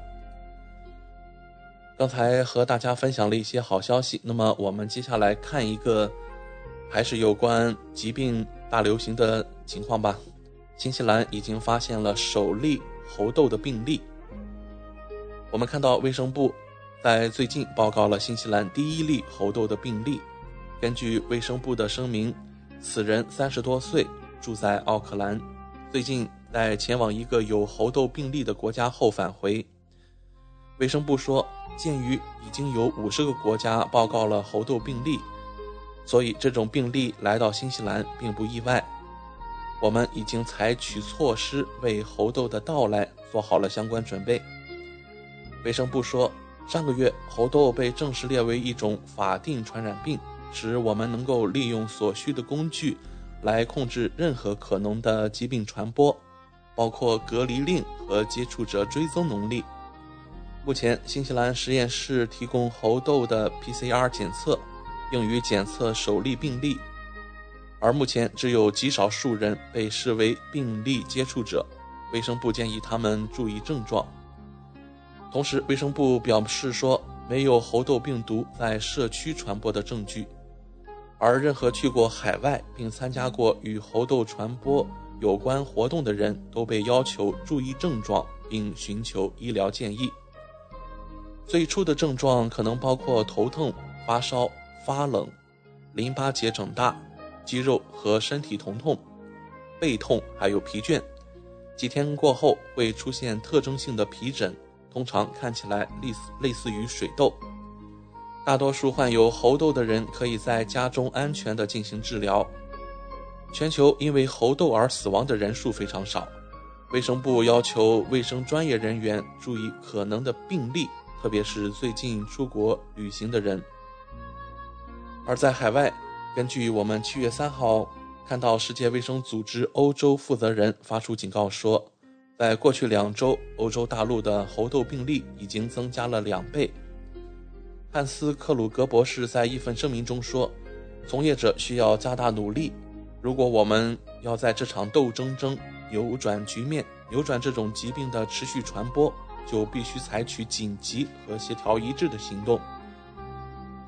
刚才和大家分享了一些好消息，那么我们接下来看一个还是有关疾病大流行的情况吧。新西兰已经发现了首例猴痘的病例。我们看到卫生部在最近报告了新西兰第1例猴痘的病例。根据卫生部的声明，此人30多岁，住在奥克兰，最近在前往一个有猴痘病例的国家后返回。卫生部说，鉴于已经有50个国家报告了猴痘病例，所以这种病例来到新西兰并不意外。我们已经采取措施为猴痘的到来做好了相关准备。卫生部说，上个月猴痘被正式列为一种法定传染病，使我们能够利用所需的工具来控制任何可能的疾病传播，包括隔离令和接触者追踪能力。目前新西兰实验室提供猴痘的 PCR 检测，用于检测首例病例，而目前只有极少数人被视为病例接触者，卫生部建议他们注意症状。同时卫生部表示说，没有猴痘病毒在社区传播的证据，而任何去过海外并参加过与猴痘传播有关活动的人都被要求注意症状并寻求医疗建议。最初的症状可能包括头痛、发烧、发冷、淋巴结肿大、肌肉和身体疼痛、背痛还有疲倦。几天过后会出现特征性的皮疹，通常看起来类似于水痘。大多数患有猴痘的人可以在家中安全地进行治疗。全球因为猴痘而死亡的人数非常少。卫生部要求卫生专业人员注意可能的病例，特别是最近出国旅行的人。而在海外，根据我们7月3号看到世界卫生组织欧洲负责人发出警告说，在过去2周，欧洲大陆的猴痘病例已经增加了2倍。汉斯·克鲁格博士在一份声明中说，从业者需要加大努力，如果我们要在这场斗争中扭转局面，扭转这种疾病的持续传播，就必须采取紧急和协调一致的行动。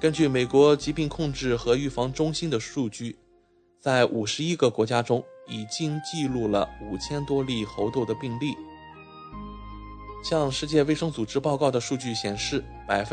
根据美国疾病控制和预防中心的数据，在51个国家中已经记录了5000多例猴痘的病例。向世界卫生组织报告的数据显示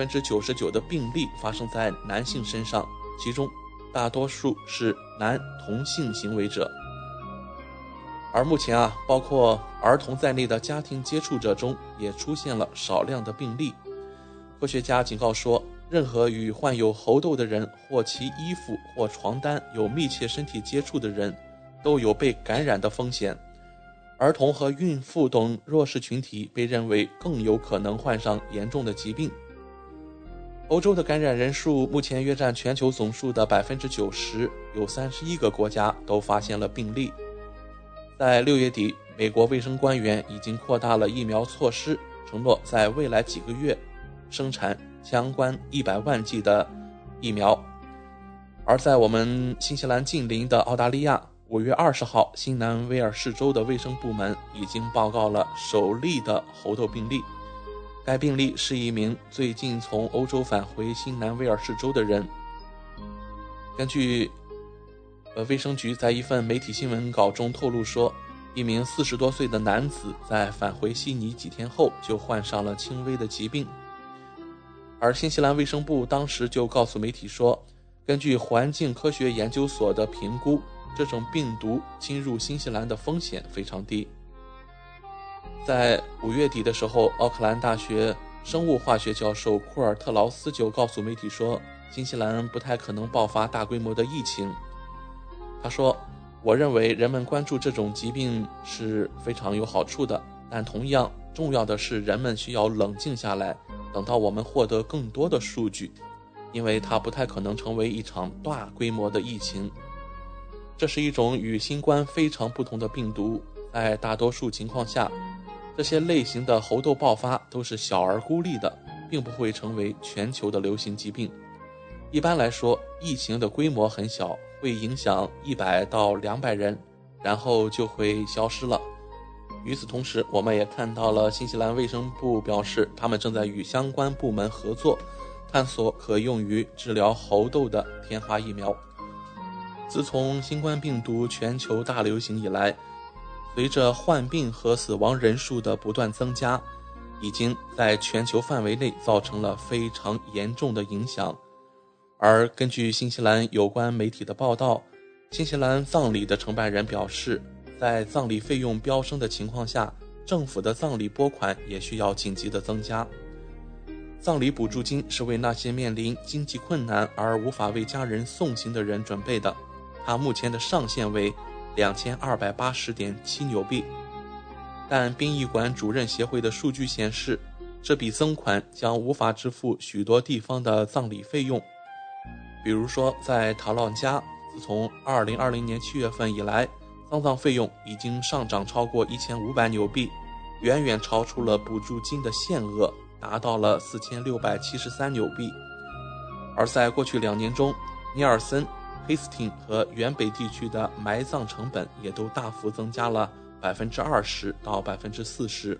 ，99%的病例发生在男性身上，其中大多数是男同性行为者。而目前包括儿童在内的家庭接触者中也出现了少量的病例。科学家警告说，任何与患有猴痘的人或其衣服或床单有密切身体接触的人都有被感染的风险。儿童和孕妇等弱势群体被认为更有可能患上严重的疾病。欧洲的感染人数目前约占全球总数的 90%， 有31个国家都发现了病例。在6月底，美国卫生官员已经扩大了疫苗措施，承诺在未来几个月生产相关100万剂的疫苗。而在我们新西兰近邻的澳大利亚，5月20号，新南威尔士州的卫生部门已经报告了首例的猴痘病例。该病例是一名最近从欧洲返回新南威尔士州的人。根据卫生局在一份媒体新闻稿中透露说，一名40多岁的男子在返回悉尼几天后就患上了轻微的疾病。而新西兰卫生部当时就告诉媒体说，根据环境科学研究所的评估，这种病毒侵入新西兰的风险非常低。在5月底的时候，奥克兰大学生物化学教授库尔特劳斯就告诉媒体说，新西兰不太可能爆发大规模的疫情。他说，我认为人们关注这种疾病是非常有好处的，但同样重要的是人们需要冷静下来，等到我们获得更多的数据，因为它不太可能成为一场大规模的疫情。这是一种与新冠非常不同的病毒，在大多数情况下，这些类型的猴痘爆发都是小而孤立的，并不会成为全球的流行疾病。一般来说，疫情的规模很小，会影响100到200人，然后就会消失了。与此同时，我们也看到了新西兰卫生部表示，他们正在与相关部门合作，探索可用于治疗猴痘的天花疫苗。自从新冠病毒全球大流行以来，随着患病和死亡人数的不断增加，已经在全球范围内造成了非常严重的影响。而根据新西兰有关媒体的报道，新西兰葬礼的承办人表示，在葬礼费用飙升的情况下，政府的葬礼拨款也需要紧急的增加。葬礼补助金是为那些面临经济困难而无法为家人送行的人准备的，它目前的上限为2280.7纽币。但殡仪馆主任协会的数据显示，这笔增款将无法支付许多地方的葬礼费用。比如说，在塔朗加，自从2020年7月份以来，丧葬费用已经上涨超过1500纽币，远远超出了补助金的限额，达到了4673纽币。而在过去2年中，尼尔森、黑斯汀和原北地区的埋葬成本也都大幅增加了20%到40%。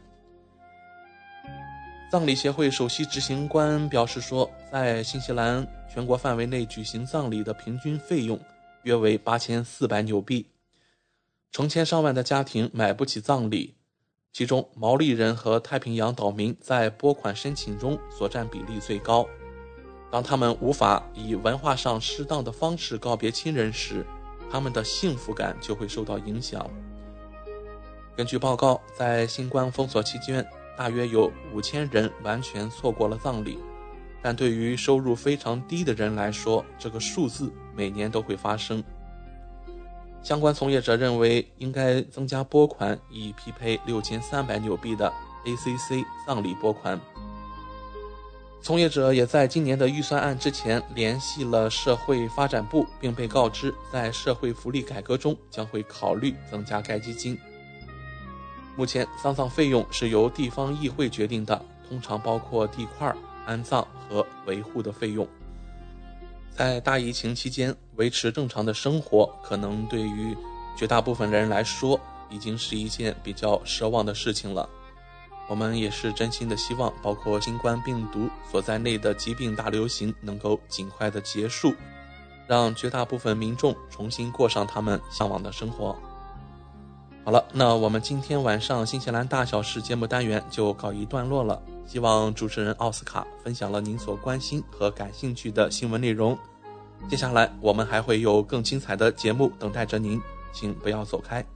葬礼协会首席执行官表示说，在新西兰全国范围内举行葬礼的平均费用约为8400纽币，成千上万的家庭买不起葬礼，其中毛利人和太平洋岛民在拨款申请中所占比例最高。当他们无法以文化上适当的方式告别亲人时，他们的幸福感就会受到影响。根据报告，在新冠封锁期间，大约有5000人完全错过了葬礼，但对于收入非常低的人来说，这个数字每年都会发生。相关从业者认为，应该增加拨款，以匹配6300纽币的 ACC 葬礼拨款。从业者也在今年的预算案之前联系了社会发展部，并被告知在社会福利改革中将会考虑增加该基金。目前丧葬费用是由地方议会决定的，通常包括地块、安葬和维护的费用。在大疫情期间，维持正常的生活可能对于绝大部分人来说已经是一件比较奢望的事情了。 我们也是真心的希望包括新冠病毒所在内的疾病大流行能够尽快的结束，让绝大部分民众重新过上他们向往的生活。好了，那我们今天晚上新西兰大小事节目单元就告一段落了，希望主持人奥斯卡分享了您所关心和感兴趣的新闻内容。接下来我们还会有更精彩的节目等待着您，请不要走开。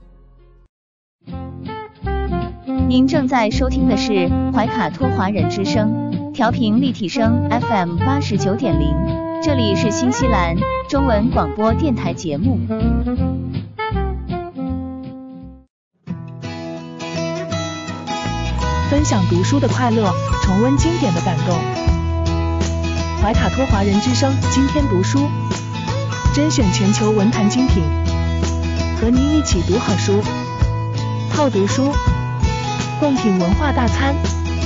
您正在收听的是怀卡托华人之声，调频立体声 FM 89.0，这里是新西兰中文广播电台节目。 分享读书的快乐，重温经典的感动。怀卡托华人之声今天读书，甄选全球文坛精品，和您一起读好书，好读书，共品文化大餐。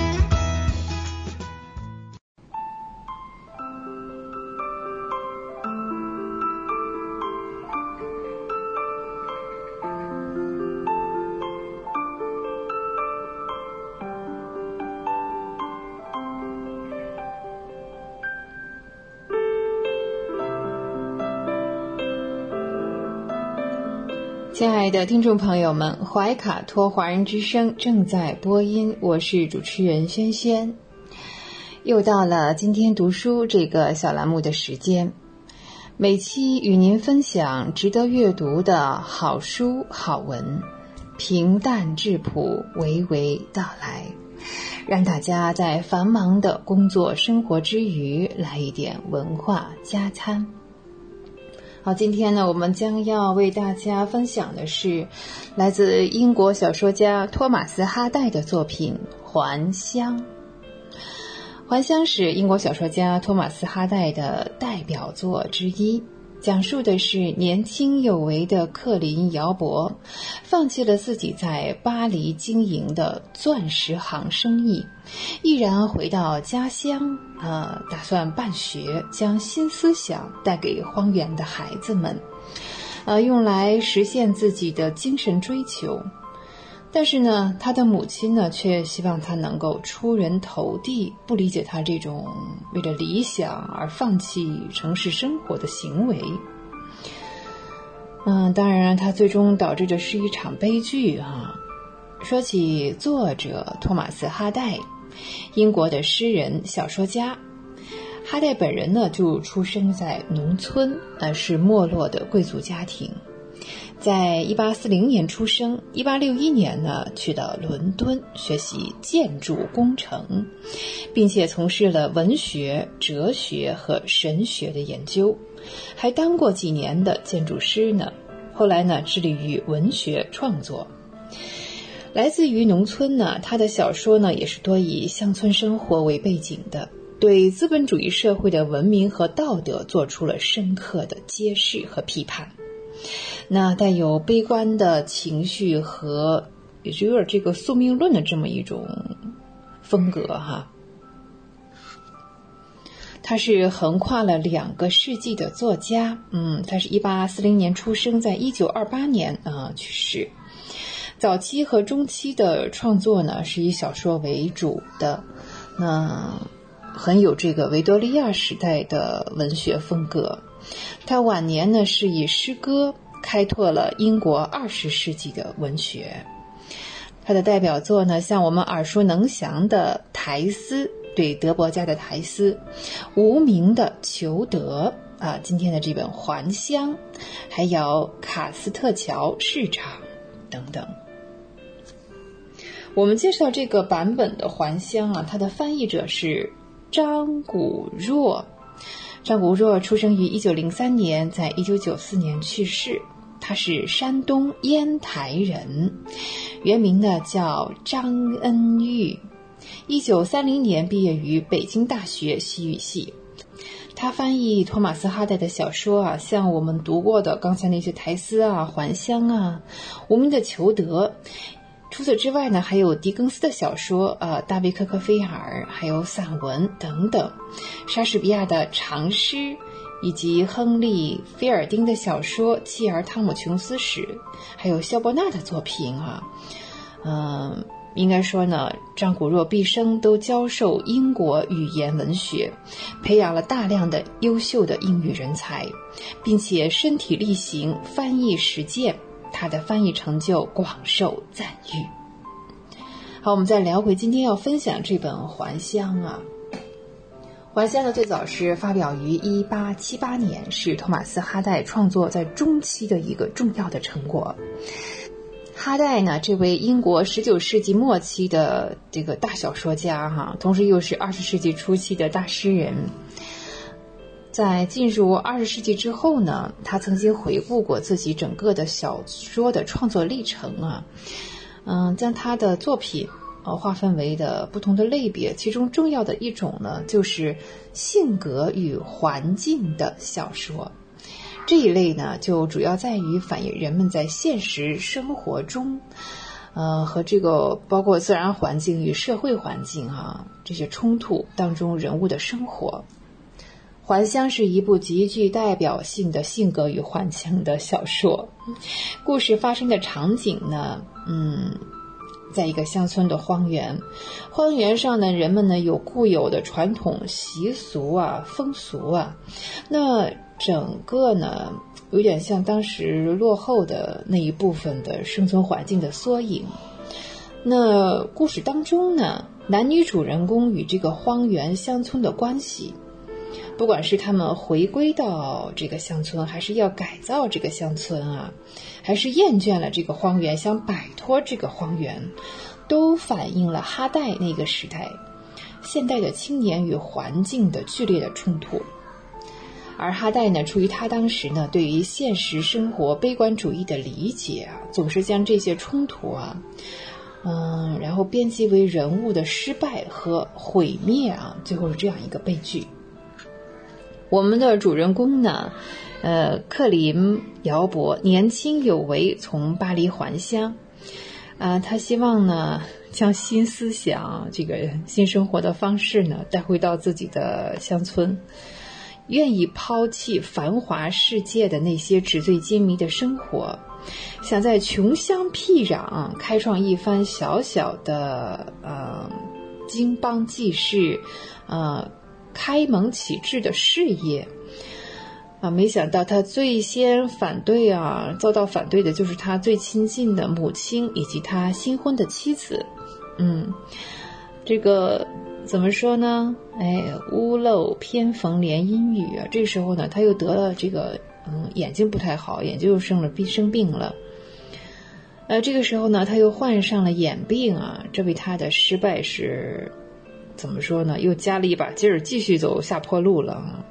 亲爱的听众朋友们，怀卡托华人之声正在播音，我是主持人轩轩。又到了今天读书这个小栏目的时间，每期与您分享值得阅读的好书好文，平淡质朴，娓娓道来，让大家在繁忙的工作生活之余来一点文化加餐。好，今天呢，我们将要为大家分享的是来自英国小说家托马斯·哈代的作品《还乡》。《还乡》是英国小说家托马斯·哈代的代表作之一，讲述的是年轻有为的克林·姚伯放弃了自己在巴黎经营的钻石行生意，毅然回到家乡，打算办学，将新思想带给荒原的孩子们，用来实现自己的精神追求。但是呢，他的母亲呢，却希望他能够出人头地，不理解他这种为了理想而放弃城市生活的行为。当然他最终导致的是一场悲剧啊。说起作者托马斯·哈代，英国的诗人、小说家，哈代本人呢就出生在农村，是没落的贵族家庭。在1840年出生，1861年呢去到伦敦学习建筑工程，并且从事了文学、哲学和神学的研究，还当过几年的建筑师呢。后来呢致力于文学创作。来自于农村呢，他的小说呢也是多以乡村生活为背景的，对资本主义社会的文明和道德做出了深刻的揭示和批判。那带有悲观的情绪和也就有点这个宿命论的这么一种风格哈。他是横跨了2个世纪的作家，他是1840年出生，在1928年去世。早期和中期的创作呢是以小说为主的，那很有这个维多利亚时代的文学风格。他晚年呢是以诗歌开拓了英国20世纪的文学。他的代表作呢，像我们耳熟能详的苔丝，对德伯家的苔丝，无名的裘德今天的这本还乡，还有卡斯特桥市场等等。我们介绍这个版本的还乡它的翻译者是张古若。张古若出生于1903年，在1994年去世。他是山东烟台人，原名呢叫张恩玉。1930年毕业于北京大学西语系。他翻译托马斯·哈代的小说像我们读过的刚才那些苔丝还乡无名的裘德。除此之外呢，还有狄更斯的小说大卫·科克菲尔，还有散文等等，莎士比亚的长诗，以及亨利·菲尔丁的小说《契尔·汤姆·琼斯史》，还有肖伯纳的作品应该说呢，张古若毕生都教授英国语言文学，培养了大量的优秀的英语人才，并且身体力行翻译实践，他的翻译成就广受赞誉。好，我们再聊回今天要分享这本《还乡》啊。《还乡》呢，最早是发表于1878年，是托马斯·哈代创作在中期的一个重要的成果。哈代呢，这位英国19世纪末期的这个大小说家同时又是20世纪初期的大诗人。在进入20世纪之后呢，他曾经回顾过自己整个的小说的创作历程啊，将他的作品划分为的不同的类别，其中重要的一种呢，就是性格与环境的小说。这一类呢，就主要在于反映人们在现实生活中，和这个包括自然环境与社会环境这些冲突当中人物的生活。《还乡》是一部极具代表性的性格与环境的小说。故事发生的场景呢，在一个乡村的荒原，荒原上呢，人们呢有固有的传统习俗风俗那整个呢有点像当时落后的那一部分的生存环境的缩影。那故事当中呢，男女主人公与这个荒原乡村的关系，不管是他们回归到这个乡村，还是要改造这个乡村还是厌倦了这个荒原，想摆脱这个荒原，都反映了哈代那个时代现代的青年与环境的剧烈的冲突。而哈代呢，出于他当时呢对于现实生活悲观主义的理解总是将这些冲突然后编辑为人物的失败和毁灭最后是这样一个悲剧。我们的主人公呢，克林姚博年轻有为，从巴黎还乡，他希望呢将新思想这个新生活的方式呢带回到自己的乡村，愿意抛弃繁华世界的那些纸醉金迷的生活，想在穷乡僻壤开创一番小小的经邦济世开蒙启智的事业没想到他最先反对遭到反对的就是他最亲近的母亲以及他新婚的妻子。这个怎么说呢？屋漏偏逢连阴雨这时候呢，他又得了这个眼睛不太好，眼睛又生病了。这个时候呢，他又患上了眼病这为他的失败是怎么说呢？又加了一把劲儿，继续走下坡路了。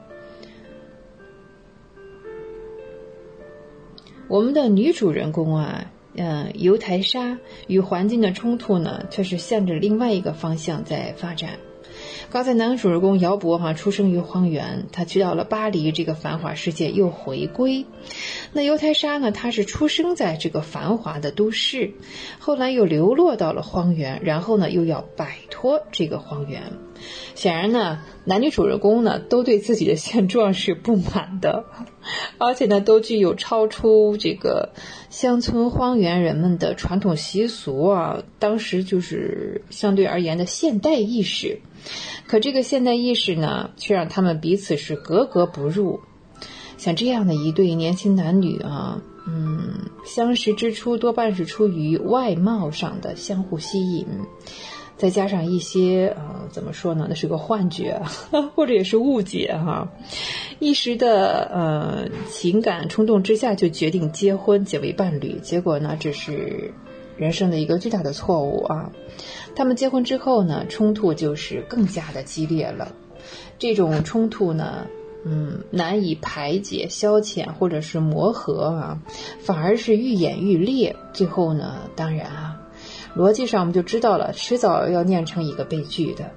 我们的女主人公尤台莎与环境的冲突呢，却是向着另外一个方向在发展。刚才男主人公姚博出生于荒原，他去到了巴黎这个繁华世界又回归。那尤台莎呢，他是出生在这个繁华的都市，后来又流落到了荒原，然后呢又要摆脱这个荒原。显然呢，男女主人公呢都对自己的现状是不满的，而且呢都具有超出这个乡村荒原人们的传统习俗当时就是相对而言的现代意识。可这个现代意识呢，却让他们彼此是格格不入。像这样的一对年轻男女相识之初多半是出于外貌上的相互吸引，再加上一些怎么说呢，那是个幻觉或者也是误解一时的情感冲动之下就决定结婚结为伴侣，结果呢这是人生的一个巨大的错误他们结婚之后呢，冲突就是更加的激烈了。这种冲突呢难以排解消遣或者是磨合反而是愈演愈烈，最后呢当然逻辑上我们就知道了，迟早要酿成一个悲剧的。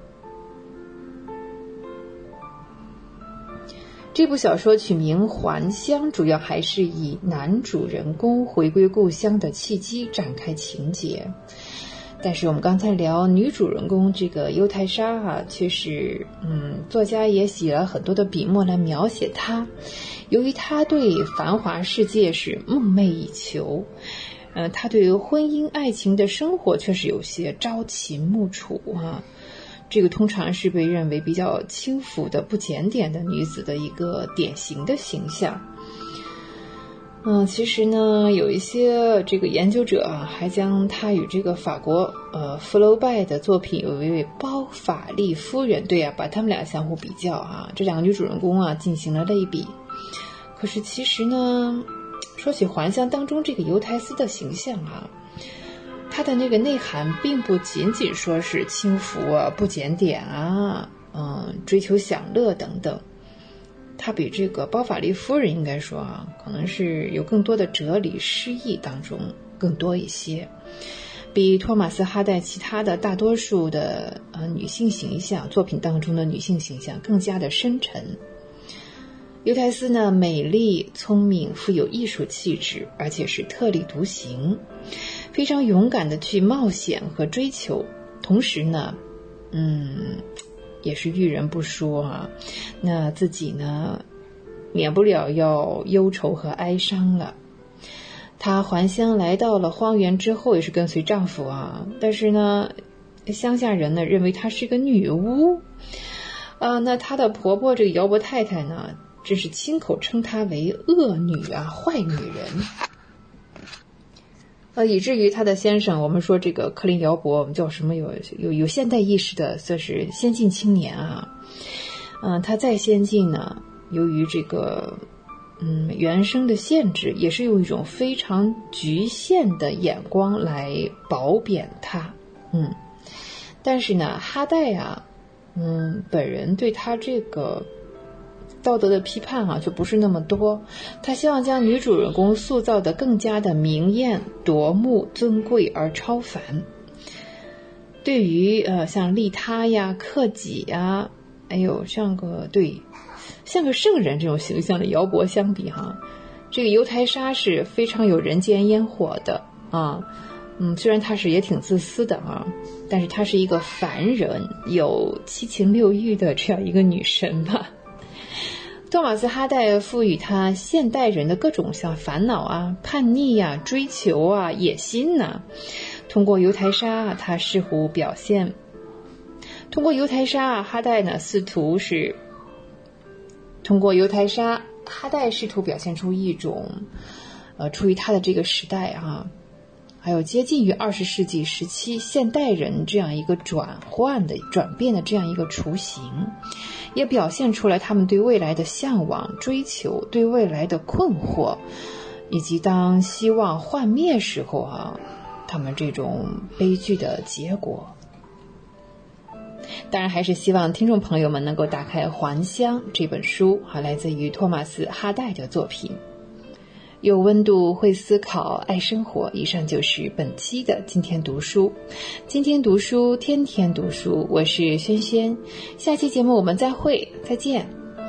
这部小说取名《还乡》，主要还是以男主人公回归故乡的契机展开情节。但是我们刚才聊女主人公这个尤台莎却是作家也洗了很多的笔墨来描写她。由于她对繁华世界是梦寐以求， 她对婚姻爱情的生活却是有些朝秦暮楚啊。这个通常是被认为比较轻浮的不检点的女子的一个典型的形象。其实呢，有一些这个研究者还将她与这个法国福楼拜的作品有一位包法利夫人，对啊，把他们俩相互比较啊，这两个女主人公啊进行了类比。可是其实呢，说起还乡当中这个尤台斯的形象啊，它的那个内涵并不仅仅说是轻浮啊、不检点啊、追求享乐等等，它比这个包法利夫人应该说啊，可能是有更多的哲理诗意当中更多一些，比托马斯哈代其他的大多数的女性形象作品当中的女性形象更加的深沉。尤台斯呢，美丽、聪明、富有艺术气质，而且是特立独行，非常勇敢的去冒险和追求，同时呢，也是遇人不淑啊，那自己呢，免不了要忧愁和哀伤了。她还乡来到了荒原之后，也是跟随丈夫啊，但是呢，乡下人呢认为她是个女巫那她的婆婆这个姚伯太太呢，真是亲口称她为恶女啊，坏女人。以至于他的先生，我们说这个克林姚伯，我们叫什么有现代意识的，算是先进青年啊。他再先进呢，由于这个原生的限制，也是用一种非常局限的眼光来褒贬他。但是呢，哈代啊，本人对他这个道德的批判啊，就不是那么多。他希望将女主人公塑造得更加的明艳夺目、尊贵而超凡。对于像利他呀、克己呀，像个圣人这种形象的姚伯相比哈，这个尤台莎是非常有人间烟火的啊。虽然她是也挺自私的啊，但是她是一个凡人，有七情六欲的这样一个女神吧。托马斯哈代赋予他现代人的各种像烦恼啊、叛逆啊、追求啊、野心呐，通过尤台莎他试图表现。通过尤台莎哈代呢，哈代试图表现出一种出于他的这个时代啊，还有接近于20世纪时期现代人这样一个转变的这样一个雏形，也表现出来他们对未来的向往、追求，对未来的困惑，以及当希望幻灭时候啊，他们这种悲剧的结果。当然还是希望听众朋友们能够打开《还乡》这本书，来自于托马斯哈代的作品。有温度，会思考，爱生活。以上就是本期的今天读书。今天读书，天天读书，我是轩轩。下期节目我们再会，再见。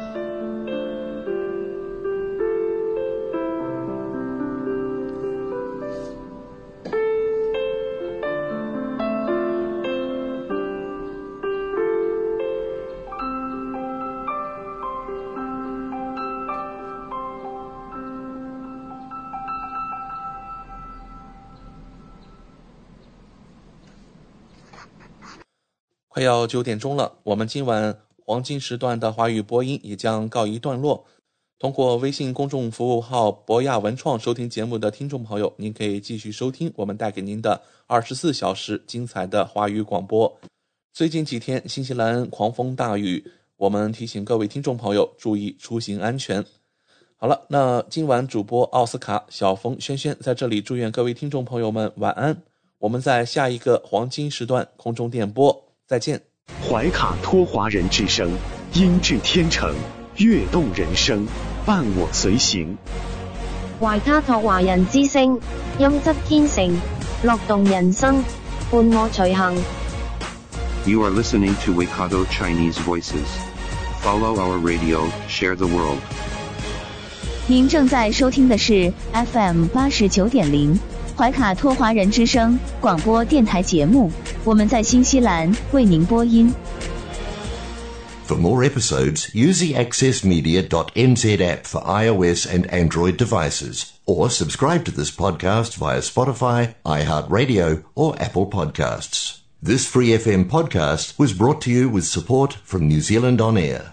快要9点钟了，我们今晚黄金时段的华语播音也将告一段落。通过微信公众服务号博雅文创收听节目的听众朋友，您可以继续收听我们带给您的24小时精彩的华语广播。最近几天新西兰狂风大雨，我们提醒各位听众朋友注意出行安全。好了，那今晚主播奥斯卡、小峰、轩轩在这里祝愿各位听众朋友们晚安。我们在下一个黄金时段空中电波再见。 怀卡托华人之声，音质天成，悦动人生，伴我隨行。 懷卡托華人之聲，音質天成，樂動人生，伴我隨行。 You are listening to Waikato Chinese Voices. Follow our radio, share the world. 您正在收听的是 FM 89.0怀卡托华人之声广播电台节目，我们在新西兰为您播音。 For more episodes, use the accessmedia.nz app for iOS and Android devices, or subscribe to this podcast via Spotify, iHeartRadio, or Apple Podcasts. This Free FM podcast was brought to you with support from New Zealand On Air.